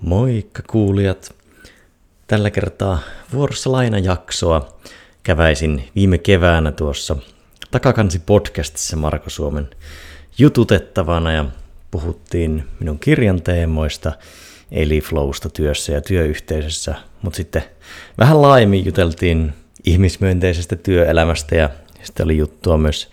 Moikka kuulijat! Tällä kertaa vuorossa lainajaksoa käväisin viime keväänä tuossa Takakansi-podcastissa Marko Suomen jututettavana ja puhuttiin minun kirjan teemoista, eli flowsta työssä ja työyhteisössä, mutta sitten vähän laajemmin juteltiin ihmismyönteisestä työelämästä ja sitten oli juttua myös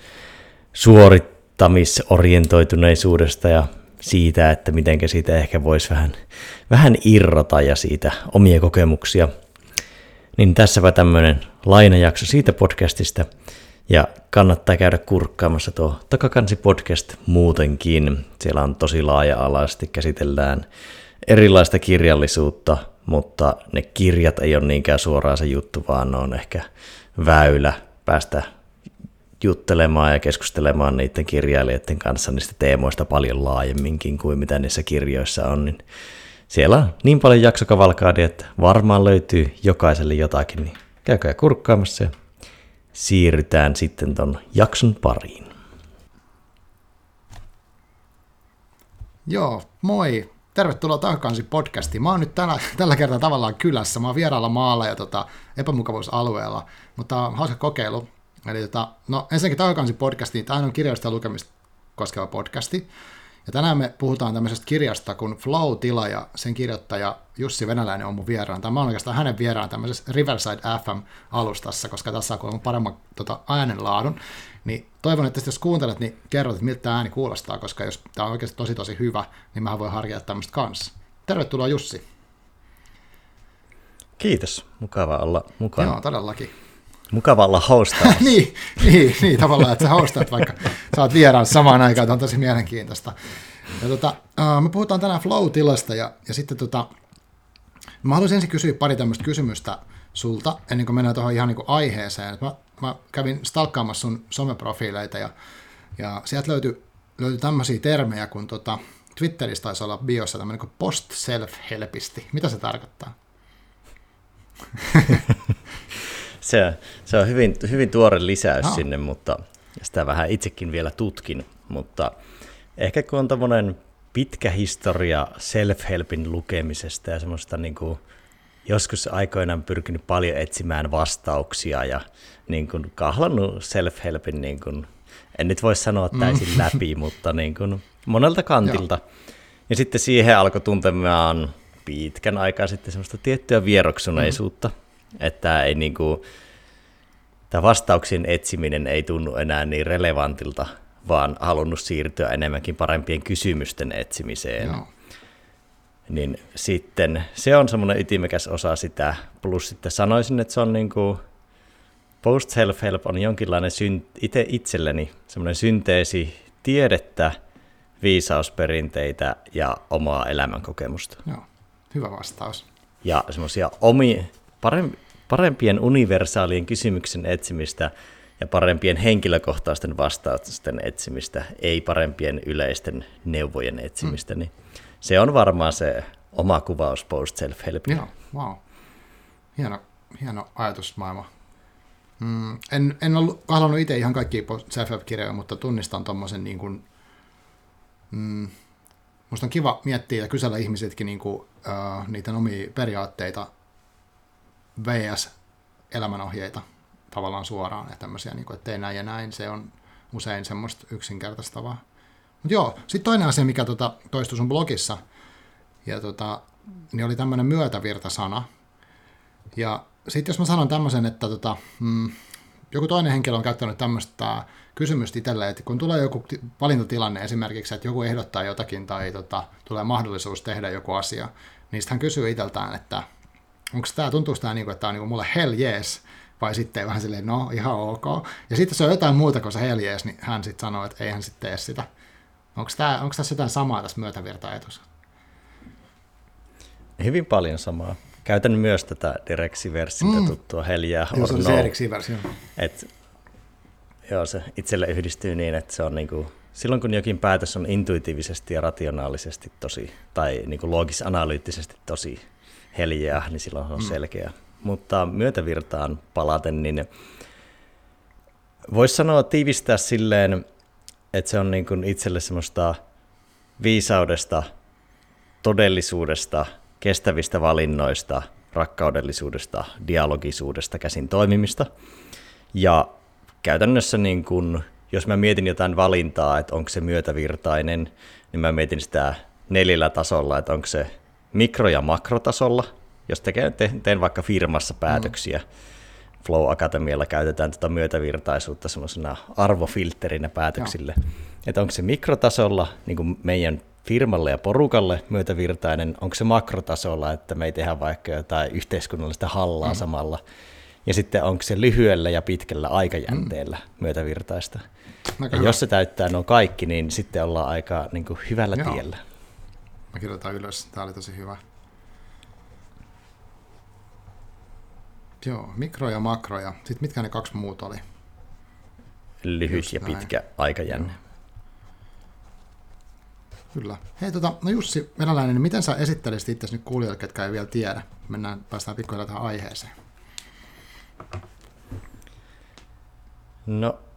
suorittamisorientoituneisuudesta ja siitä, että miten siitä ehkä voisi vähän irrota ja siitä omia kokemuksia. Niin tässäpä tämmöinen lainajakso siitä podcastista ja kannattaa käydä kurkkaamassa tuo Takakansi-podcast muutenkin. Siellä on tosi laaja-alaisesti, käsitellään erilaista kirjallisuutta, mutta ne kirjat ei ole niinkään suoraan se juttu, vaan ne on ehkä väylä päästä juttelemaan ja keskustelemaan niiden kirjailijoiden kanssa niistä teemoista paljon laajemminkin kuin mitä niissä kirjoissa on. Niin siellä on niin paljon jaksokavalkaadia, että varmaan löytyy jokaiselle jotakin, niin käykää kurkkaamassa ja siirrytään sitten ton jakson pariin. Joo, moi! Tervetuloa Takakansi podcastiin. Mä oon nyt tällä kertaa tavallaan kylässä. Mä oon vieraalla maalla ja epämukavuusalueella, mutta on hauska kokeilu. Eli ensinnäkin Takakansi podcastiin, tämä on kirjoista ja lukemista koskeva podcasti. Ja tänään me puhutaan tämmöisestä kirjasta kuin Flow-tila ja sen kirjoittaja Jussi Venäläinen on mun vieraan. Tämä on oikeastaan hänen vieraan tämmöisessä Riverside FM-alustassa, koska tässä on kuulemma paremman äänenlaadun. Niin toivon, että jos kuuntelet, niin kerrot, että miltä tämä ääni kuulostaa, koska jos tämä on oikeasti tosi hyvä, niin mä voin harkita tämmöistä kanssa. Tervetuloa Jussi. Kiitos, mukava olla mukana. Joo, todellakin. Mukava olla hostaamassa. niin, tavallaan, että sä hostaat, vaikka sä oot vieraan samaan aikaan, tämä on tosi mielenkiintoista. Ja me puhutaan tänään flow-tilasta, ja sitten mä haluaisin ensin kysyä pari tämmöistä kysymystä sulta, ennen kuin mennään tuohon ihan niin kuin aiheeseen. Mä kävin stalkkaamassa sun someprofiileita, ja sieltä löytyi tämmöisiä termejä, kun Twitterissä taisi olla biossa tämmöinen kuin post-self-helpisti. Mitä se tarkoittaa? Se on hyvin tuore lisäys sinne, mutta sitä vähän itsekin vielä tutkin, mutta ehkä kun on tämmöinen pitkä historia self-helpin lukemisesta ja semmoista niin kuin joskus aikoinaan pyrkinyt paljon etsimään vastauksia ja niin kuin kahlannut self-helpin, niin kuin, en nyt voi sanoa täysin läpi, mutta niin kuin monelta kantilta. Ja sitten siihen alkoi tuntemaan pitkän aikaa sitten semmoista tiettyä vieroksuneisuutta, että ei niin kuin, tämä vastauksien etsiminen ei tunnu enää niin relevantilta, vaan halunnut siirtyä enemmänkin parempien kysymysten etsimiseen. Joo. Niin sitten se on semmoinen ytimekäs osa sitä, plus sitten sanoisin, että se on niin kuin post self-help on jonkinlainen itselleni semmoinen synteesi tiedettä, viisausperinteitä ja omaa elämänkokemusta. Joo, hyvä vastaus. Ja semmoisia parempien universaalien kysymyksen etsimistä ja parempien henkilökohtaisten vastausten etsimistä, ei parempien yleisten neuvojen etsimistä, niin se on varmaan se oma kuvaus post-self-helpia. Joo, wow. Hieno ajatusmaailma. En ollut kahlannut itse ihan kaikkia self-help-kirjoja, mutta tunnistan tommosen niin kuin, musta on kiva miettiä ja kysellä ihmisetkin niin kuin, niitä omia periaatteita vs. elämänohjeita tavallaan suoraan, että tämmöisiä, niin kuin, että tee näin ja näin, se on usein semmoista yksinkertaistavaa. Mutta joo, sitten toinen asia, mikä toistui sun blogissa, ja niin oli tämmöinen myötävirta-sana. Ja sitten jos mä sanon tämmöisen, että joku toinen henkilö on käyttänyt tämmöistä kysymystä itselleen, että kun tulee joku valintatilanne esimerkiksi, että joku ehdottaa jotakin tai tulee mahdollisuus tehdä joku asia, niin sitten hän kysyy itseltään, että tuntuuko tämä niinku, että tämä on niinku mulle hell yes, vai sitten vähän silleen, no ihan ok. Ja sitten se on jotain muuta kuin se hell yes, niin hän sitten sanoo, että ei hän sitten tee sitä. Onko tässä jotain samaa tässä myötävirta-ajatuksessa? Hyvin paljon samaa. Käytän myös tätä Direct-versiota tuttua hell yeah or no. Se Direct-versio. Joo, se itselle yhdistyy niin, että se on niinku, silloin kun jokin päätös on intuitiivisesti ja rationaalisesti tosi, tai niinku loogis-analyyttisesti tosi hell yeah, niin silloin se on selkeä. Mutta myötävirtaan palaten, niin voisi sanoa tiivistää silleen, että se on niin kuin itselle semmoista viisaudesta, todellisuudesta kestävistä valinnoista, rakkaudellisuudesta, dialogisuudesta, käsin toimimista. Ja käytännössä, niin kun, jos mä mietin jotain valintaa, että onko se myötävirtainen, niin mä mietin sitä 4 tasolla, että onko se mikro- ja makrotasolla, jos teen vaikka firmassa päätöksiä. Flow Akatemialla käytetään tätä myötävirtaisuutta semmoisena arvofiltterinä päätöksille. Että onko se mikrotasolla niin kuin meidän firmalle ja porukalle myötävirtainen, onko se makrotasolla, että me ei tehdä vaikka jotain yhteiskunnallista hallaa samalla, ja sitten onko se lyhyellä ja pitkällä aikajänteellä myötävirtaista. Ja jos se täyttää nuo kaikki, niin sitten ollaan aika niin kuin hyvällä tiellä. Mä kirjoitan ylös, tää oli tosi hyvä. Joo, mikro ja makro, ja sitten mitkä ne 2 muut oli? Lyhyt ja pitkä aikajänne. Kyllä. Hei, no Jussi Venäläinen, niin miten sä esittelisit itse nyt kuulijoille, ketkä ei vielä tiedä? Päästään pikkuhiljaa tähän aiheeseen. No,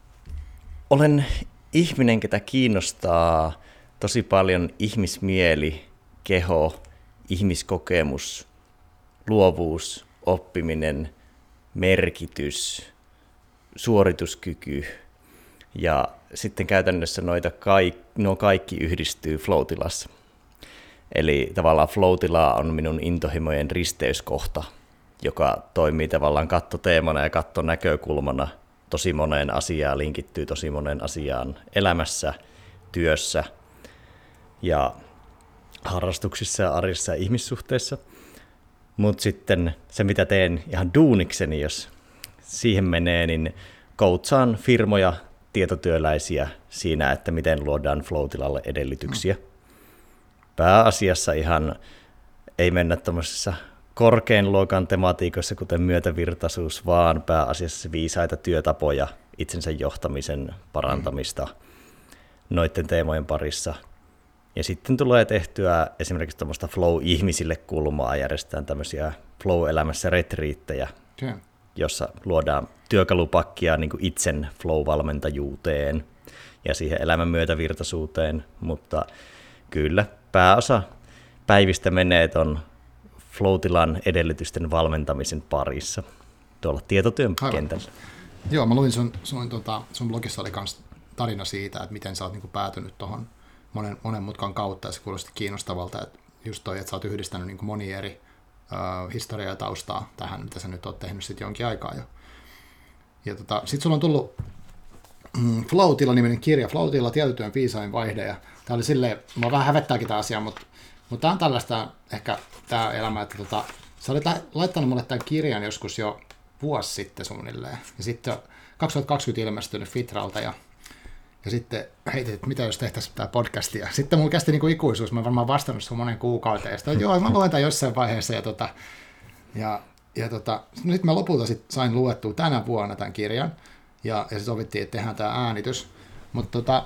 olen ihminen, ketä kiinnostaa tosi paljon ihmismieli, keho, ihmiskokemus, luovuus, oppiminen, merkitys, suorituskyky ja sitten käytännössä nuo kaikki yhdistyy Flow-tilassa. Eli tavallaan Flow-tila on minun intohimojen risteyskohta, joka toimii tavallaan kattoteemana ja kattonäkökulmana tosi moneen asiaan, linkittyy tosi moneen asiaan elämässä, työssä ja harrastuksissa ja arjessa ja ihmissuhteissa. Mutta sitten se, mitä teen ihan duunikseni, jos siihen menee, niin coachaan firmoja, tietotyöläisiä siinä, että miten luodaan Flow-tilalle edellytyksiä. Pääasiassa ihan ei mennä tuommoisessa korkean luokan tematiikoissa, kuten myötävirtaisuus, vaan pääasiassa viisaita työtapoja, itsensä johtamisen parantamista noiden teemojen parissa. Ja sitten tulee tehtyä esimerkiksi tämmöistä Flow-ihmisille kulmaa, järjestetään tämmöisiä Flow-elämässä retriittejä, jossa luodaan työkalupakkia niin kuin itsen Flow-valmentajuuteen ja siihen elämän myötävirtaisuuteen, mutta kyllä pääosa päivistä menee ton Flow-tilan edellytysten valmentamisen parissa tuolla tietotyön kentällä. Joo, mä luin sun blogissa oli kans tarina siitä, että miten sä oot niinku päätynyt tuohon monen mutkan kautta, ja se kuulosti kiinnostavalta, että just toi, että sä oot yhdistänyt niinku monia eri historiaa ja taustaa tähän, mitä sä nyt oot tehnyt sitten jonkin aikaa jo. Ja sit sulla on tullut Flow-tila-niminen kirja, Flow-tila tietotyön viisain vaihde, ja tää oli silleen, mä vähän hävettääkin tää asia, mutta tää on tällaista ehkä tää elämä, että sä olet laittanut mulle tämän kirjan joskus jo vuosi sitten suunnilleen, ja sitten 2020 ilmestynyt Fitralta, ja sitten heitit, että mitä jos tehtäisiin tämä podcastia. Sitten mulla kästi niinku ikuisuus, mä varmaan vastannut sun monen kuukauteen, ja sitten joo, mä luen tämän jossain vaiheessa, ja sitten mä lopulta sain luettua tänä vuonna tämän kirjan, ja se sovittiin, että tehdään tämä äänitys, mutta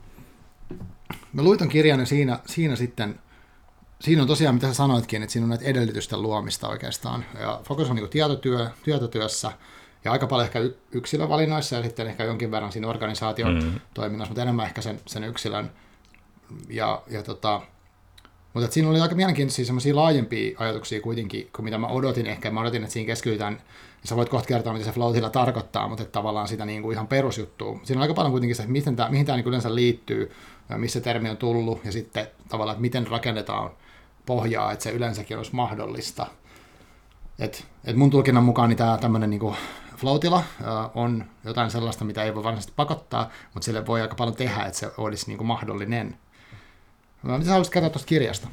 mä luin ton kirjan, ja siinä sitten, siinä on tosiaan, mitä sä sanoitkin, että siinä on näitä edellytysten luomista oikeastaan, ja fokus on niinku tietotyössä, ja aika paljon ehkä yksilövalinnoissa ja sitten ehkä jonkin verran siinä organisaation toiminnassa, mutta enemmän ehkä sen yksilön. Mutta siinä oli aika mielenkiintoisia semmoisia laajempia ajatuksia kuitenkin, kuin mitä mä odotin ehkä. Mä odotin, että siinä keskitytään, ja sä voit kohta kertoa, mitä se Flow-tila tarkoittaa, mutta tavallaan sitä niin kuin ihan perusjuttua. Siinä on aika paljon kuitenkin se, että mihin tämä niin yleensä liittyy, ja missä termi on tullut, ja sitten tavallaan, että miten rakennetaan pohjaa, että se yleensäkin olisi mahdollista. Et mun tulkinnan mukaan niin tämä tämmöinen niin Flow-tila on jotain sellaista, mitä ei voi varsinaisesti pakottaa, mutta sille voi aika paljon tehdä, että se olisi niin kuin mahdollinen. Mitä sä haluaisit kertoa tuosta kirjasta?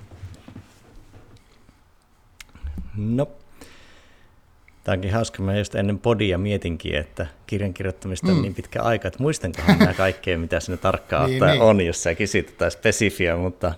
No, tämä onkin hauska. Mä just ennen podia mietinkin, että kirjan kirjoittamista on niin pitkä aika, että muistankohan nämä kaikkea, mitä sinne tarkkaan ottaen on, jos sä kysyt tai spesifiä, mutta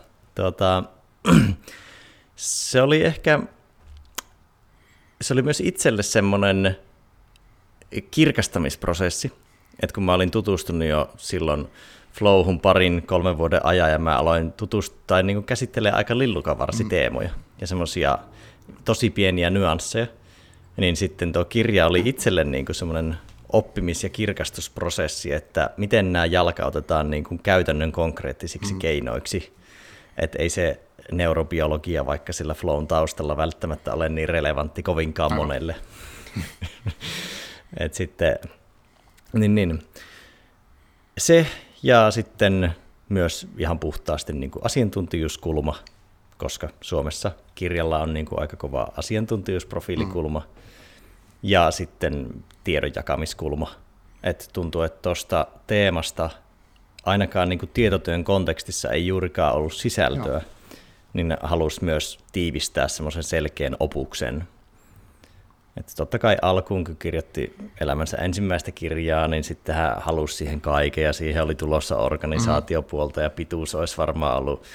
se oli ehkä... Se oli myös itselle semmoinen kirkastamisprosessi, että kun mä olin tutustunut jo silloin Flowhun 2-3 vuoden ajan ja mä aloin niin käsittelemään aika lillukanvarsiteemoja ja semmoisia tosi pieniä nyansseja, niin sitten tuo kirja oli itselle niin kuin semmoinen oppimis- ja kirkastusprosessi, että miten nämä jalkautetaan niin kuin käytännön konkreettisiksi keinoiksi. Että ei se neurobiologia, vaikka sillä flown taustalla välttämättä ole niin relevantti kovinkaan monelle. Et sitten, niin. Se ja sitten myös ihan puhtaasti niin kuin asiantuntijuuskulma, koska Suomessa kirjalla on niin kuin aika kova asiantuntijuusprofiilikulma ja sitten tiedonjakamiskulma. Et tuntuu, että tuosta teemasta ainakaan niin kuin tietotyön kontekstissa ei juurikaan ollut sisältöä, niin halusi myös tiivistää semmoisen selkeän opuksen. Että totta kai alkuun, kun kirjoitti elämänsä ensimmäistä kirjaa, niin sitten hän halusi siihen kaiken ja siihen oli tulossa organisaatiopuolta ja pituus olisi varmaan ollut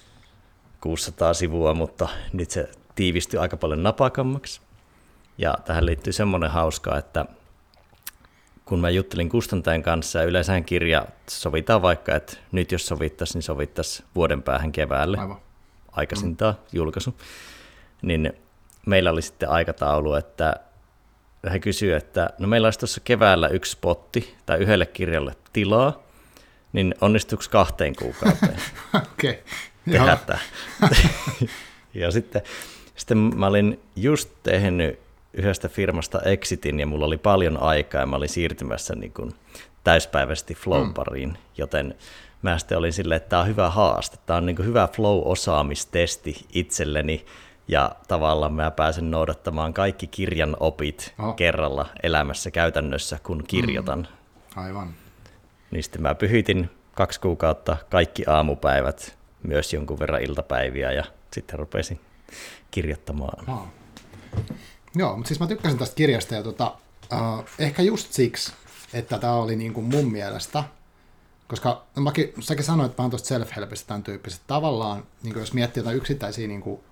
600 sivua, mutta nyt se tiivistyi aika paljon napakammaksi. Ja tähän liittyy semmoinen hauska, että kun mä juttelin kustantajan kanssa ja yleensä kirja sovitaan vaikka, että nyt jos sovittaisiin, niin sovittaisiin vuoden päähän keväälle. Aivan. Aikaisintaan julkaisu, niin meillä oli sitten aikataulu, että he kysyivät, että no meillä olisi tuossa keväällä yksi spotti tai yhdelle kirjalle tilaa, niin onnistuuko 2 kuukauteen tehdä tämä? Ja sitten mä olin just tehnyt yhdestä firmasta exitin ja mulla oli paljon aikaa ja mä olin siirtymässä niin kuin täyspäiväisesti flown pariin, joten mä sitten olin silleen, että tämä on hyvä haaste, tämä on niin kuin hyvä flow-osaamistesti itselleni ja tavallaan mä pääsen noudattamaan kaikki kirjan opit kerralla elämässä käytännössä, kun kirjoitan. Aivan. Niin sitten mä pyhitin 2 kuukautta kaikki aamupäivät, myös jonkun verran iltapäiviä ja sitten rupesin kirjoittamaan. Wow. Joo, mutta siis mä tykkäsin tästä kirjasta ja ehkä just siksi, että tämä oli niin kuin mun mielestä, koska säkin sanoit vähän tuosta self-helpistä tämän tyyppisestä. Tavallaan, niin jos miettii jotain yksittäisiä, niin kuin,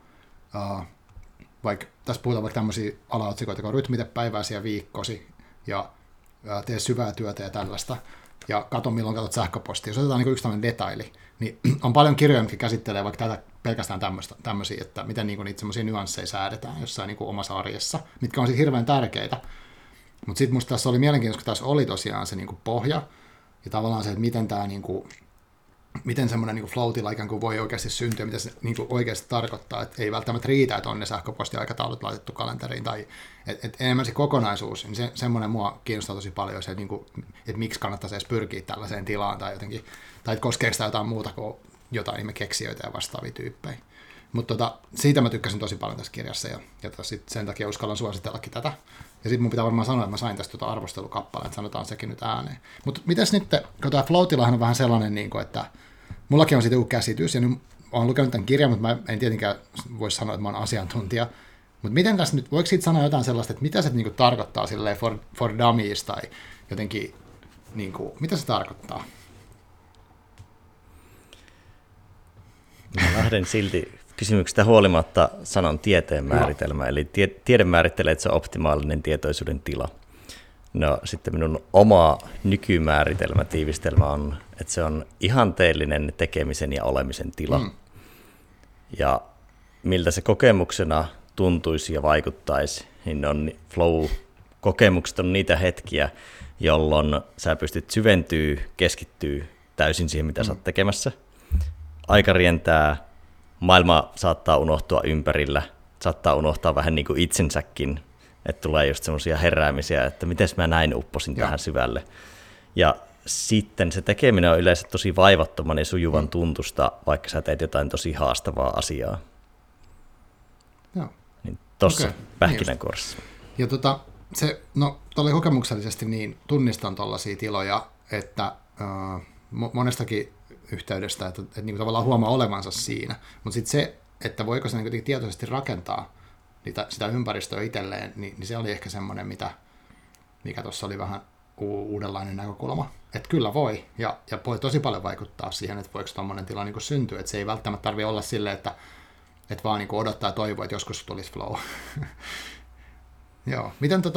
vaikka tässä puhutaan vaikka tämmöisiä alaotsikoita, kun rytmitä päiväsi ja viikkosi ja tee syvää työtä ja tällaista, ja kato milloin katsot sähköpostia. Jos otetaan niin yksi tämmöinen detaili, niin on paljon kirjoja, mitkä käsittelee vaikka tätä pelkästään tämmöisiä, että miten niin niitä semmoisia nyansseja säädetään jossain niin omassa arjessa, mitkä on sitten hirveän tärkeitä. Mutta sitten musta tässä oli mielenkiintoista, kun tässä oli tosiaan se niin kuin pohja, ja tavallaan se, että miten tämä miten semmoinen niin flow-tila ikään kuin voi oikeasti syntyä, mitä se niin kuin oikeasti tarkoittaa, että ei välttämättä riitä, että on ne sähköpostiaikataulut laitettu kalenteriin, tai että enemmän se kokonaisuus, niin semmoinen mua kiinnostaa tosi paljon, se, niin kuin, että miksi kannattaisi edes pyrkiä tällaiseen tilaan, tai jotenkin, tai että koskeeko sitä jotain muuta kuin jotain ihmekeksijöitä ja vastaavia tyyppejä. Mutta siitä mä tykkäsin tosi paljon tässä kirjassa, ja sen takia uskallan suositellakin tätä. Ja sitten mun pitää varmaan sanoa, että mä sain tästä arvostelukappaleen, että sanotaan sekin nyt ääneen. Mutta mitäs nyt, kun tämä flow-tilahan on vähän sellainen, että mullakin on siitä joku käsitys, ja nyt olen lukenut tämän kirjan, mutta mä en tietenkään voi sanoa, että mä oon asiantuntija. Mutta miten tässä nyt, voiko siitä sanoa jotain sellaista, että mitä se niin kuin tarkoittaa silleen for dummies, tai jotenkin, niin kuin, mitä se tarkoittaa? Mä lähden silti kysymyksestä huolimatta sanon tieteen määritelmä, eli tiede määrittelee, että se on optimaalinen tietoisuuden tila. No sitten minun oma nykymääritelmä, tiivistelmä on, että se on ihanteellinen tekemisen ja olemisen tila. Ja miltä se kokemuksena tuntuisi ja vaikuttaisi, niin flow-kokemukset on niitä hetkiä, jolloin sä pystyt syventyä, keskittyä täysin siihen, mitä sä oot tekemässä. Aika rientää, maailma saattaa unohtua ympärillä, saattaa unohtaa vähän niin kuin itsensäkin, että tulee just semmoisia heräämisiä, että miten mä näin upposin tähän syvälle. Ja sitten se tekeminen on yleensä tosi vaivattoman ja sujuvan tuntusta, vaikka sä teet jotain tosi haastavaa asiaa. Joo. Niin tossa pähkinänkuoressa. Ja tuolle kokemuksellisesti niin tunnistan tuollaisia tiloja, että monestakin yhteydestä, että niin kuin tavallaan huomaa olevansa siinä. Mutta sitten se, että voiko se niin tietoisesti rakentaa sitä ympäristöä itselleen, niin se oli ehkä semmoinen, mikä tuossa oli vähän uudenlainen näkökulma. Että kyllä voi, ja voi tosi paljon vaikuttaa siihen, että voiko tuommoinen tila niin syntyä. Että se ei välttämättä tarvitse olla silleen, että vaan niin odottaa ja toivoo, että joskus tulisi flow. Joo,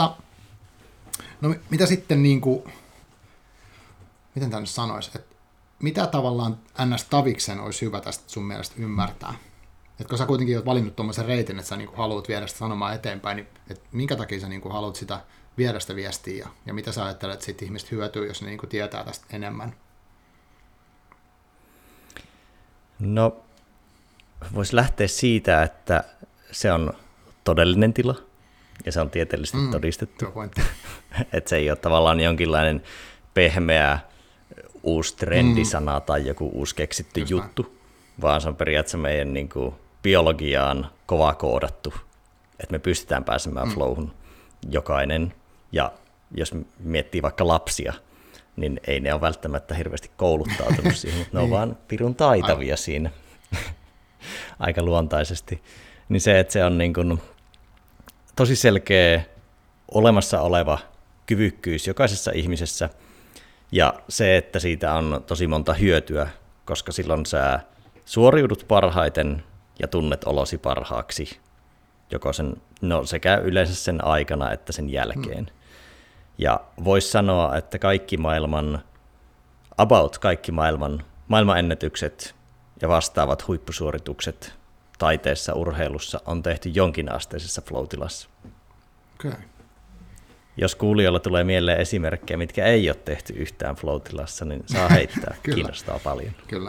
mitä sitten, niin kuin, miten tämä nyt sanoisi, että mitä tavallaan NS-taviksen olisi hyvä tästä sun mielestä ymmärtää? Että kun sä kuitenkin oot valinnut tuommoisen reitin, että sä niin kuin haluat viedä sitä sanomaa eteenpäin, niin että minkä takia sä niin kuin haluat sitä viedä sitä viestiä ja mitä sä ajattelet, että siitä ihmiset hyötyy, jos ne niin kuin tietää tästä enemmän? No voisi lähteä siitä, että se on todellinen tila, ja se on tieteellisesti todistettu. Että se ei ole tavallaan jonkinlainen pehmeä uusi trendisana tai joku uusi keksitty juttu, vaan se on periaatteessa meidän niin kuin biologiaan kova koodattu, että me pystytään pääsemään flowhun jokainen. Ja jos miettii vaikka lapsia, niin ei ne ole välttämättä hirveästi kouluttautunut siihen, mutta ne on vaan pirun taitavia siinä aika luontaisesti. Niin se, että se on niin kuin tosi selkeä olemassa oleva kyvykkyys jokaisessa ihmisessä, ja se, että siitä on tosi monta hyötyä, koska silloin sä suoriudut parhaiten ja tunnet olosi parhaaksi, joko sekä yleensä sen aikana että sen jälkeen. Ja voisi sanoa, että kaikki maailmanennätykset ja vastaavat huippusuoritukset taiteessa, urheilussa on tehty jonkinasteisessa flow-tilassa. Okay. Jos kuulijoilla tulee mieleen esimerkkejä, mitkä ei ole tehty yhtään flow-tilassa, niin saa heittää. Kiinnostaa paljon. Kyllä.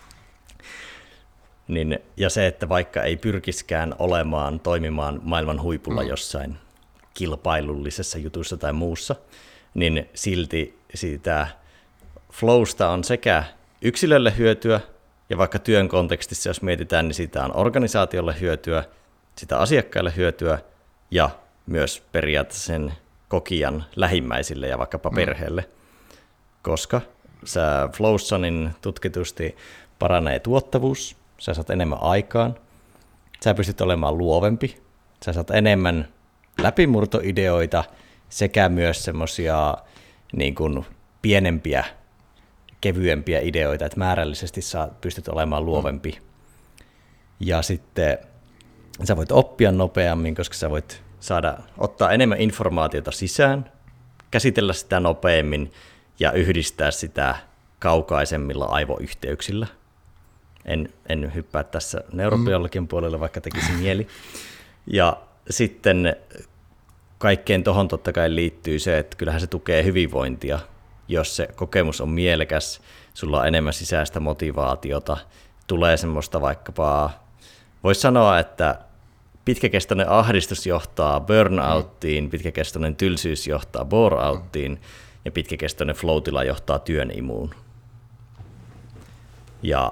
Niin, ja se, että vaikka ei pyrkiskään toimimaan maailman huipulla jossain kilpailullisessa jutussa tai muussa, niin silti siitä flowsta on sekä yksilölle hyötyä, ja vaikka työn kontekstissa, jos mietitään, niin siitä on organisaatiolle hyötyä, sitä asiakkaille hyötyä, ja myös periaatteessa sen kokijan lähimmäisille ja vaikkapa perheelle, koska flowssa niin tutkitusti paranee tuottavuus, sä saat enemmän aikaan, sä pystyt olemaan luovempi, sä saat enemmän läpimurtoideoita sekä myös semmoisia niin kuin pienempiä, kevyempiä ideoita, että määrällisesti sä pystyt olemaan luovempi. Ja sitten sä voit oppia nopeammin, koska sä voit ottaa enemmän informaatiota sisään, käsitellä sitä nopeammin ja yhdistää sitä kaukaisemmilla aivoyhteyksillä. En hyppää tässä neurobiologian puolelle, vaikka tekisi mieli. Ja sitten kaikkeen tohon totta kai liittyy se, että kyllähän se tukee hyvinvointia. Jos se kokemus on mielekäs, sulla on enemmän sisäistä motivaatiota, tulee semmoista vaikkapa, voisi sanoa, että pitkäkestoinen ahdistus johtaa burnouttiin, pitkäkestoinen tylsyys johtaa bore-outtiin ja pitkäkestoinen flow-tila johtaa työn imuun. Ja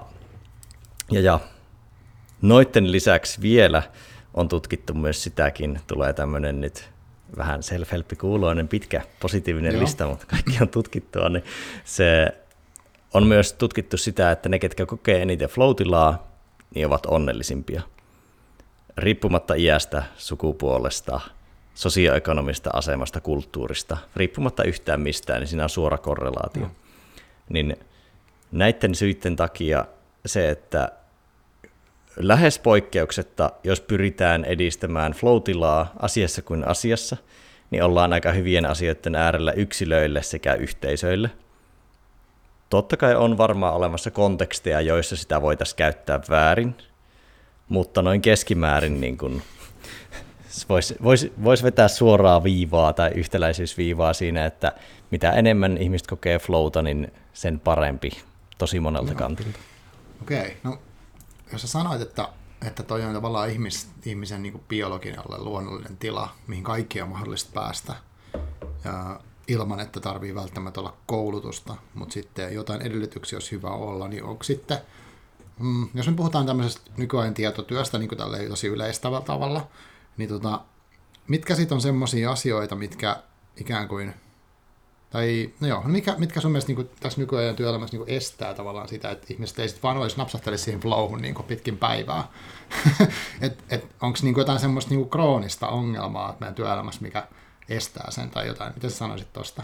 noitten lisäksi vielä on tutkittu myös sitäkin, tulee tämmöinen nyt vähän self-help-kuuloinen pitkä positiivinen lista, mutta kaikki on tutkittua, niin se on myös tutkittu sitä, että ne, ketkä kokee eniten flow-tilaa, niin ovat onnellisimpia. Riippumatta iästä, sukupuolesta, sosioekonomista asemasta, kulttuurista, riippumatta yhtään mistään, niin siinä on suora korrelaatio. Niin näiden syiden takia se, että lähes poikkeuksetta, jos pyritään edistämään flow-tilaa asiassa kuin asiassa, niin ollaan aika hyvien asioiden äärellä yksilöille sekä yhteisöille. Totta kai on varmaan olemassa konteksteja, joissa sitä voitaisiin käyttää väärin, mutta noin keskimäärin niin kun vois vetää suoraa viivaa tai yhtäläisyysviivaa siinä, että mitä enemmän ihmiset kokee flowta, niin sen parempi tosi monelta kantilta. Okei, no jos sä sanoit, että toi on tavallaan ihmisen niin kuin biologinen luonnollinen tila, mihin kaikki on mahdollista päästä, ja ilman, että tarvii välttämättä olla koulutusta, mutta sitten jotain edellytyksiä, jos hyvä olla, niin onko sitten, jos me puhutaan tämmöisestä nykyajan tietotyöstä niin kuin tälleen tosi yleistävällä tavalla, niin mitkä sitten on semmoisia asioita, mitkä ikään kuin, tai no joo, mitkä sun mielestä niin kuin tässä nykyajan työelämässä niin kuin estää tavallaan sitä, että ihmiset ei sitten vaan olisi napsahtelisi siihen flowhun niin kuin pitkin päivää. Onko niin kuin jotain semmoista niin kuin kroonista ongelmaa meidän työelämässä, mikä estää sen tai jotain? Mitä sä sanoisit tuosta?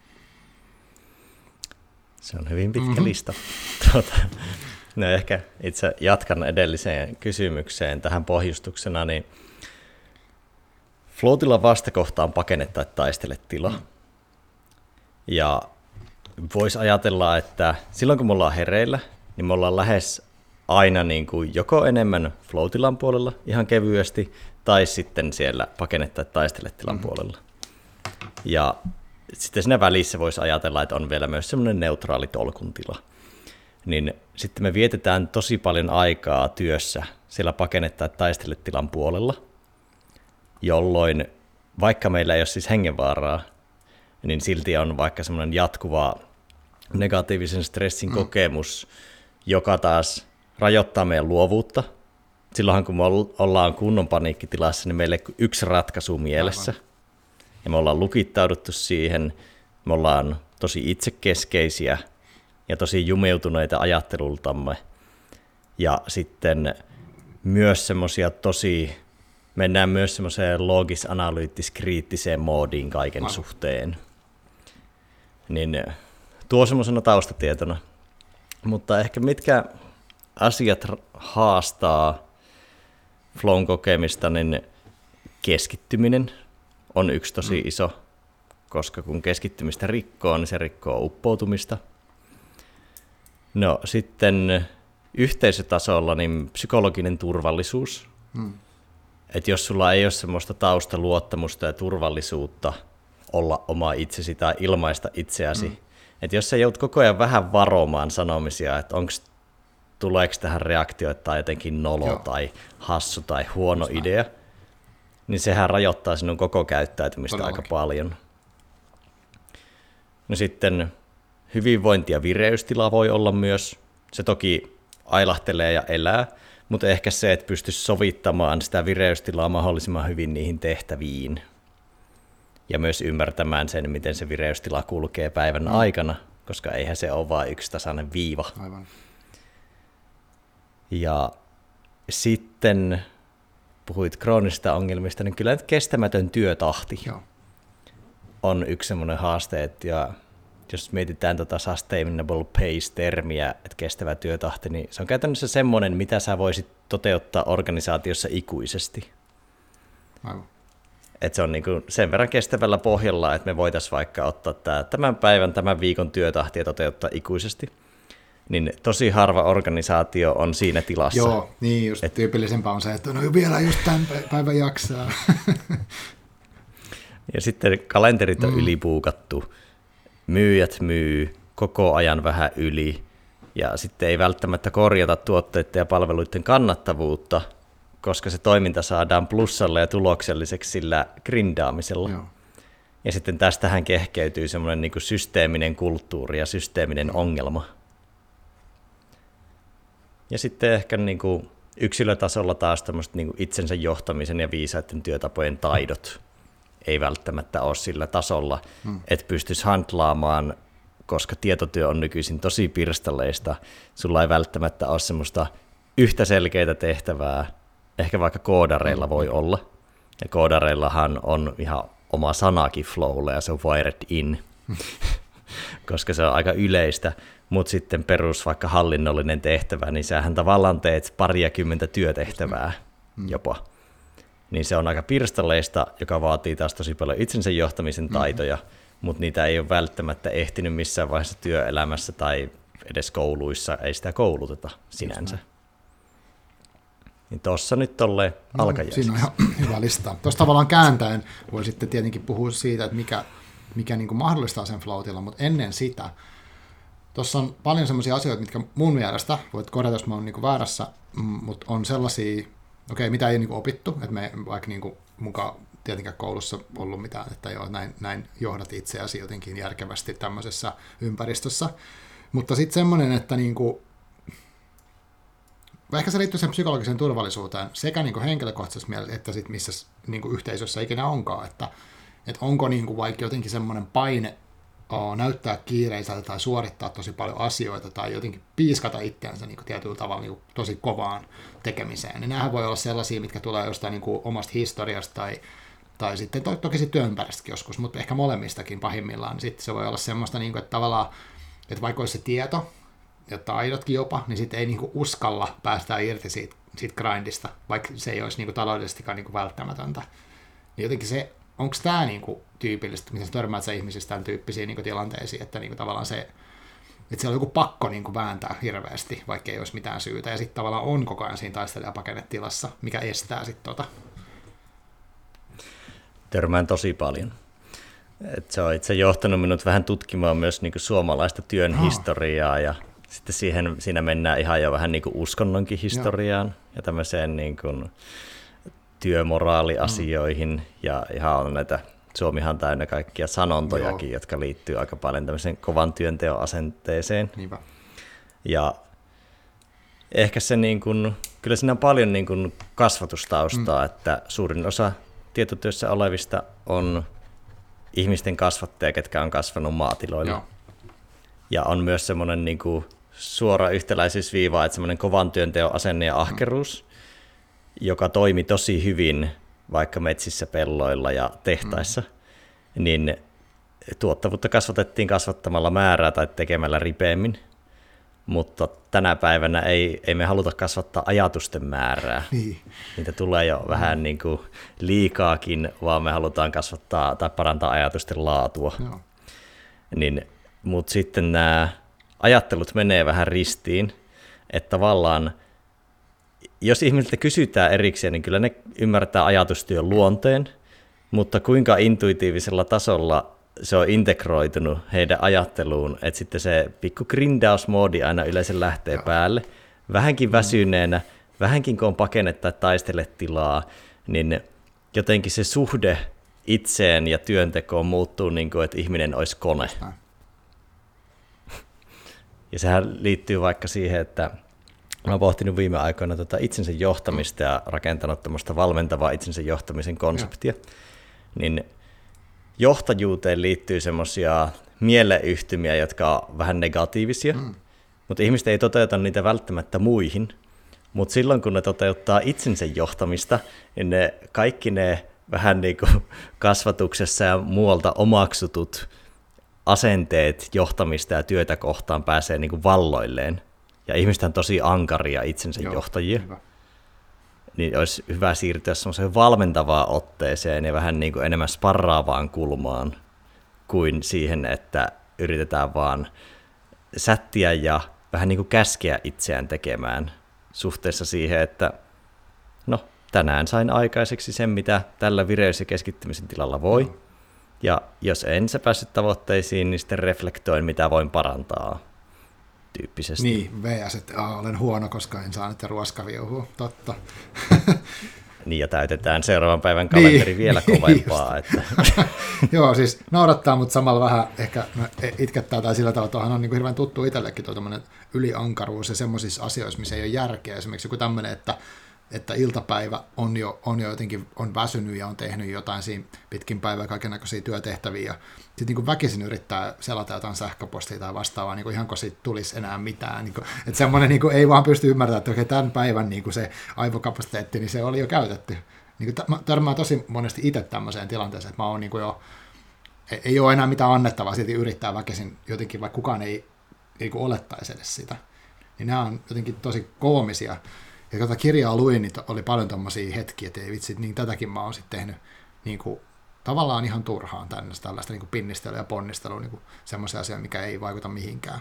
Se on hyvin pitkä lista. No ehkä itse jatkan edelliseen kysymykseen tähän pohjustuksena, niin flow-tilan vastakohta on pakene tai taistele tila. Ja voisi ajatella, että silloin kun me ollaan hereillä, niin me ollaan lähes aina niin kuin joko enemmän flow-tilan puolella ihan kevyesti, tai sitten siellä pakene tai taistele tilan puolella. Ja sitten siinä välissä voisi ajatella, että on vielä myös semmoinen neutraali tolkun tila. Niin sitten me vietetään tosi paljon aikaa työssä siellä pakene- tai taisteletilan puolella, jolloin vaikka meillä ei ole siis hengenvaaraa, niin silti on vaikka semmoinen jatkuva negatiivisen stressin kokemus, joka taas rajoittaa meidän luovuutta. Silloinhan kun me ollaan kunnon paniikkitilassa, niin meillä ei yksi ratkaisu mielessä. Aivan. Ja me ollaan lukittauduttu siihen, me ollaan tosi itsekeskeisiä ja tosi jumeutuneita ajattelultamme. Ja sitten myös semmoisia mennään myös semmoiseen loogis-analyyttis-kriittiseen moodiin kaiken suhteen. Niin tuo semmoisena taustatietona. Mutta ehkä mitkä asiat haastaa flown kokemista, niin keskittyminen on yksi tosi iso, koska kun keskittymistä rikkoo, niin se rikkoo uppoutumista. No sitten yhteisötasolla niin psykologinen turvallisuus. Että jos sulla ei ole semmoista taustaluottamusta ja turvallisuutta olla oma itsesi tai ilmaista itseäsi, että jos sä joudut koko ajan vähän varomaan sanomisia, että tuleeko tähän reaktioita tai jotenkin nolo tai hassu tai huono idea, niin sehän rajoittaa sinun koko käyttäytymistä aika paljon. No sitten hyvinvointi- ja vireystila voi olla myös. Se toki ailahtelee ja elää, mutta ehkä se, että pystyisi sovittamaan sitä vireystilaa mahdollisimman hyvin niihin tehtäviin. Ja myös ymmärtämään sen, miten se vireystila kulkee päivän aikana, koska eihän se ole vain yksi tasainen viiva. Aivan. Ja sitten puhuit kroonisista ongelmista, niin kyllä kestämätön työtahti on yksi semmoinen haaste, ja jos mietitään sustainable pace-termiä, että kestävä työtahti, niin se on käytännössä semmoinen, mitä sä voisit toteuttaa organisaatiossa ikuisesti. Aivan. Että se on niin kuin sen verran kestävällä pohjalla, että me voitaisiin vaikka ottaa tämän päivän, tämän viikon työtahti ja toteuttaa ikuisesti. Niin tosi harva organisaatio on siinä tilassa. Joo, niin just tyypillisempää on se, että no vielä just tämän päivän jaksaa. Ja sitten kalenterit on ylipuukattu. Myyjät myy koko ajan vähän yli. Ja sitten ei välttämättä korjata tuotteiden ja palveluiden kannattavuutta, koska se toiminta saadaan plussalle ja tulokselliseksi sillä grindaamisella. Joo. Ja sitten tästähän kehkeytyy semmoinen niin kuin systeeminen kulttuuri ja systeeminen ongelma. Ja sitten ehkä niin kuin yksilötasolla taas tämmöiset niin kuin itsensä johtamisen ja viisaiden työtapojen taidot ei välttämättä ole sillä tasolla, että pystyisi handlaamaan, koska tietotyö on nykyisin tosi pirstaleista. Sulla ei välttämättä ole semmoista yhtä selkeää tehtävää, ehkä vaikka koodareilla voi olla. Ja koodareillahan on ihan oma sanakin flowlle ja se on wired in, koska se on aika yleistä. Mutta sitten perus vaikka hallinnollinen tehtävä, niin sähän tavallaan teet 20 työtehtävää jopa. Niin se on aika pirstaleista, joka vaatii taas tosi paljon itsensä johtamisen taitoja, mutta niitä ei ole välttämättä ehtinyt missään vaiheessa työelämässä tai edes kouluissa, ei sitä kouluteta sinänsä. Niin tuossa nyt tolleen alkajaisiksi. Siinä on ihan hyvä lista. Tuossa tavallaan kääntäen voi sitten tietenkin puhua siitä, että mikä niin kuin mahdollistaa sen flow-tilan, mutta ennen sitä, tuossa on paljon sellaisia asioita, mitkä mun mielestä, voit korjata, jos mä oon niin kuin väärässä, mutta on sellaisia, mitä ei niin kuin opittu, että me vaikka niin kuin mukaan tietenkään koulussa ollut mitään, että joo, näin johdat itseäsi jotenkin järkevästi tämmöisessä ympäristössä, mutta sitten semmoinen, että niin kuin, ehkä se liittyy sen psykologiseen turvallisuuteen sekä niin kuin henkilökohtaisessa mielessä, että sitten missä niin kuin yhteisössä ikinä onkaan, että onko niin kuin vaikka jotenkin semmoinen paine näyttää kiireiseltä tai suorittaa tosi paljon asioita tai jotenkin piiskata itseänsä niin kuin tietyllä tavalla niin kuin tosi kovaan tekemiseen. Niin nämähän voi olla sellaisia, mitkä tulee jostain niin kuin omasta historiasta tai sitten toki sitten työympäristökin joskus, mutta ehkä molemmistakin pahimmillaan. Niin sitten se voi olla semmoista, niin kuin, että tavallaan, että vaikka olisi se tieto ja taidotkin jopa, niin sitten ei niin kuin uskalla päästä irti siitä grindista, vaikka se ei olisi niin kuin taloudellisestikaan niin kuin välttämätöntä. Niin jotenkin se, onko tämä niinku tyypillistä, miten sä törmäät sä ihmisistä tämän tyyppisiin niinku tilanteisiin, että niinku tavallaan se, että siellä on joku pakko niinku vääntää hirveästi, vaikka ei olisi mitään syytä, ja sitten tavallaan on koko ajan siinä taistelijapakenetilassa, mikä estää sitten Törmään tosi paljon. Et se on itse johtanut minut vähän tutkimaan myös niinku suomalaista työn historiaa ja sitten siinä mennään ihan jo vähän niin kuin uskonnonkin historiaan ja tämmöiseen niin kuin työmoraaliasioihin ja ihan on näitä, Suomihan täynnä kaikkia sanontojakin, jotka liittyy aika paljon tämmöiseen kovan työnteon asenteeseen. Niinpä. Ja ehkä se niin kuin, kyllä siinä on paljon niin kuin kasvatustaustaa, että suurin osa tietotyössä olevista on ihmisten kasvattajia, ketkä on kasvanut maatiloilla. Joo. Ja on myös semmoinen niin kuin suora yhtäläisyysviiva, että semmoinen kovan työnteon asenne ja ahkeruus, joka toimi tosi hyvin vaikka metsissä, pelloilla ja tehtaissa, niin tuottavuutta kasvatettiin kasvattamalla määrää tai tekemällä ripeämmin, mutta tänä päivänä ei me haluta kasvattaa ajatusten määrää. Niin. Niitä tulee jo vähän niin kuin liikaakin, vaan me halutaan kasvattaa tai parantaa ajatusten laatua. Joo. Mutta sitten nämä ajattelut menee vähän ristiin, että tavallaan jos ihmisiltä kysytään erikseen, niin kyllä ne ymmärtää ajatustyön luonteen, mutta kuinka intuitiivisella tasolla se on integroitunut heidän ajatteluun, että sitten se pikku grindausmoodi aina yleensä lähtee päälle, vähänkin väsyneenä, vähänkin kun on pakene tai taistele tilaa, niin jotenkin se suhde itseen ja työntekoon muuttuu niin kuin, että ihminen olisi kone. Ja sehän liittyy vaikka siihen, että olen pohtinut viime aikoina itsensä johtamista ja rakentanut tämmöistä valmentavaa itsensä johtamisen konseptia, niin johtajuuteen liittyy semmoisia mieleyhtymiä, jotka on vähän negatiivisia, mutta ihmiset ei toteuta niitä välttämättä muihin, mutta silloin kun ne toteuttaa itsensä johtamista, niin kaikki ne vähän niin kuin kasvatuksessa ja muualta omaksutut asenteet johtamista ja työtä kohtaan pääsee niin kuin valloilleen. Ja ihmiset on tosi ankaria itsensä johtajia. Hyvä. Niin olisi hyvä siirtyä semmoiseen valmentavaan otteeseen ja vähän niin kuin enemmän sparraavaan kulmaan kuin siihen, että yritetään vaan sättiä ja vähän niin kuin käskeä itseään tekemään suhteessa siihen, että no tänään sain aikaiseksi sen, mitä tällä vireys- ja keskittymisen tilalla voi. Ja jos en sä päässyt tavoitteisiin, niin sitten reflektoin, mitä voin parantaa. Tyyppisesti. Niin, vs. että olen huono, koska en saanut ruoskaviuhua, totta. Niin, ja täytetään seuraavan päivän kalenteri vielä kovempaa. Että. Joo, siis naurattaa, mutta samalla vähän ehkä itkettää tai sillä tavalla, että on niin kuin hirveän tuttu itsellekin tuo yliankaruus ja semmoisissa asioissa, missä ei ole järkeä. Esimerkiksi joku tämmöinen, että iltapäivä on jo jotenkin on väsynyt ja on tehnyt jotain siinä pitkin päivää kaikennäköisiä työtehtäviä ja sitten niin kuin väkisin yrittää selata jotain sähköpostia tai vastaavaa, niin kuin ihan kun siitä tulisi enää mitään. Niin kuin, että semmoinen niin kuin ei vaan pysty ymmärtämään, että oikein tämän päivän niin kuin se aivokapasiteetti, niin se oli jo käytetty. Niin kuin, mä törmään tosi monesti itse tämmöiseen tilanteeseen, että mä oon niin kuin jo, ei ole enää mitään annettavaa, silti yrittää väkisin jotenkin, vaikka kukaan ei niin kuin olettaisi edes sitä. Niin nämä on jotenkin tosi koomisia. Ja kun tätä kirjaa luin, niin oli paljon tommosia hetkiä, että ei vitsi, niin tätäkin mä oon sitten tehnyt niin kuin, tavallaan ihan turhaan tällaista niin kuin pinnistelyä ja ponnistelua, niin kuin semmoisia asioita, mikä ei vaikuta mihinkään.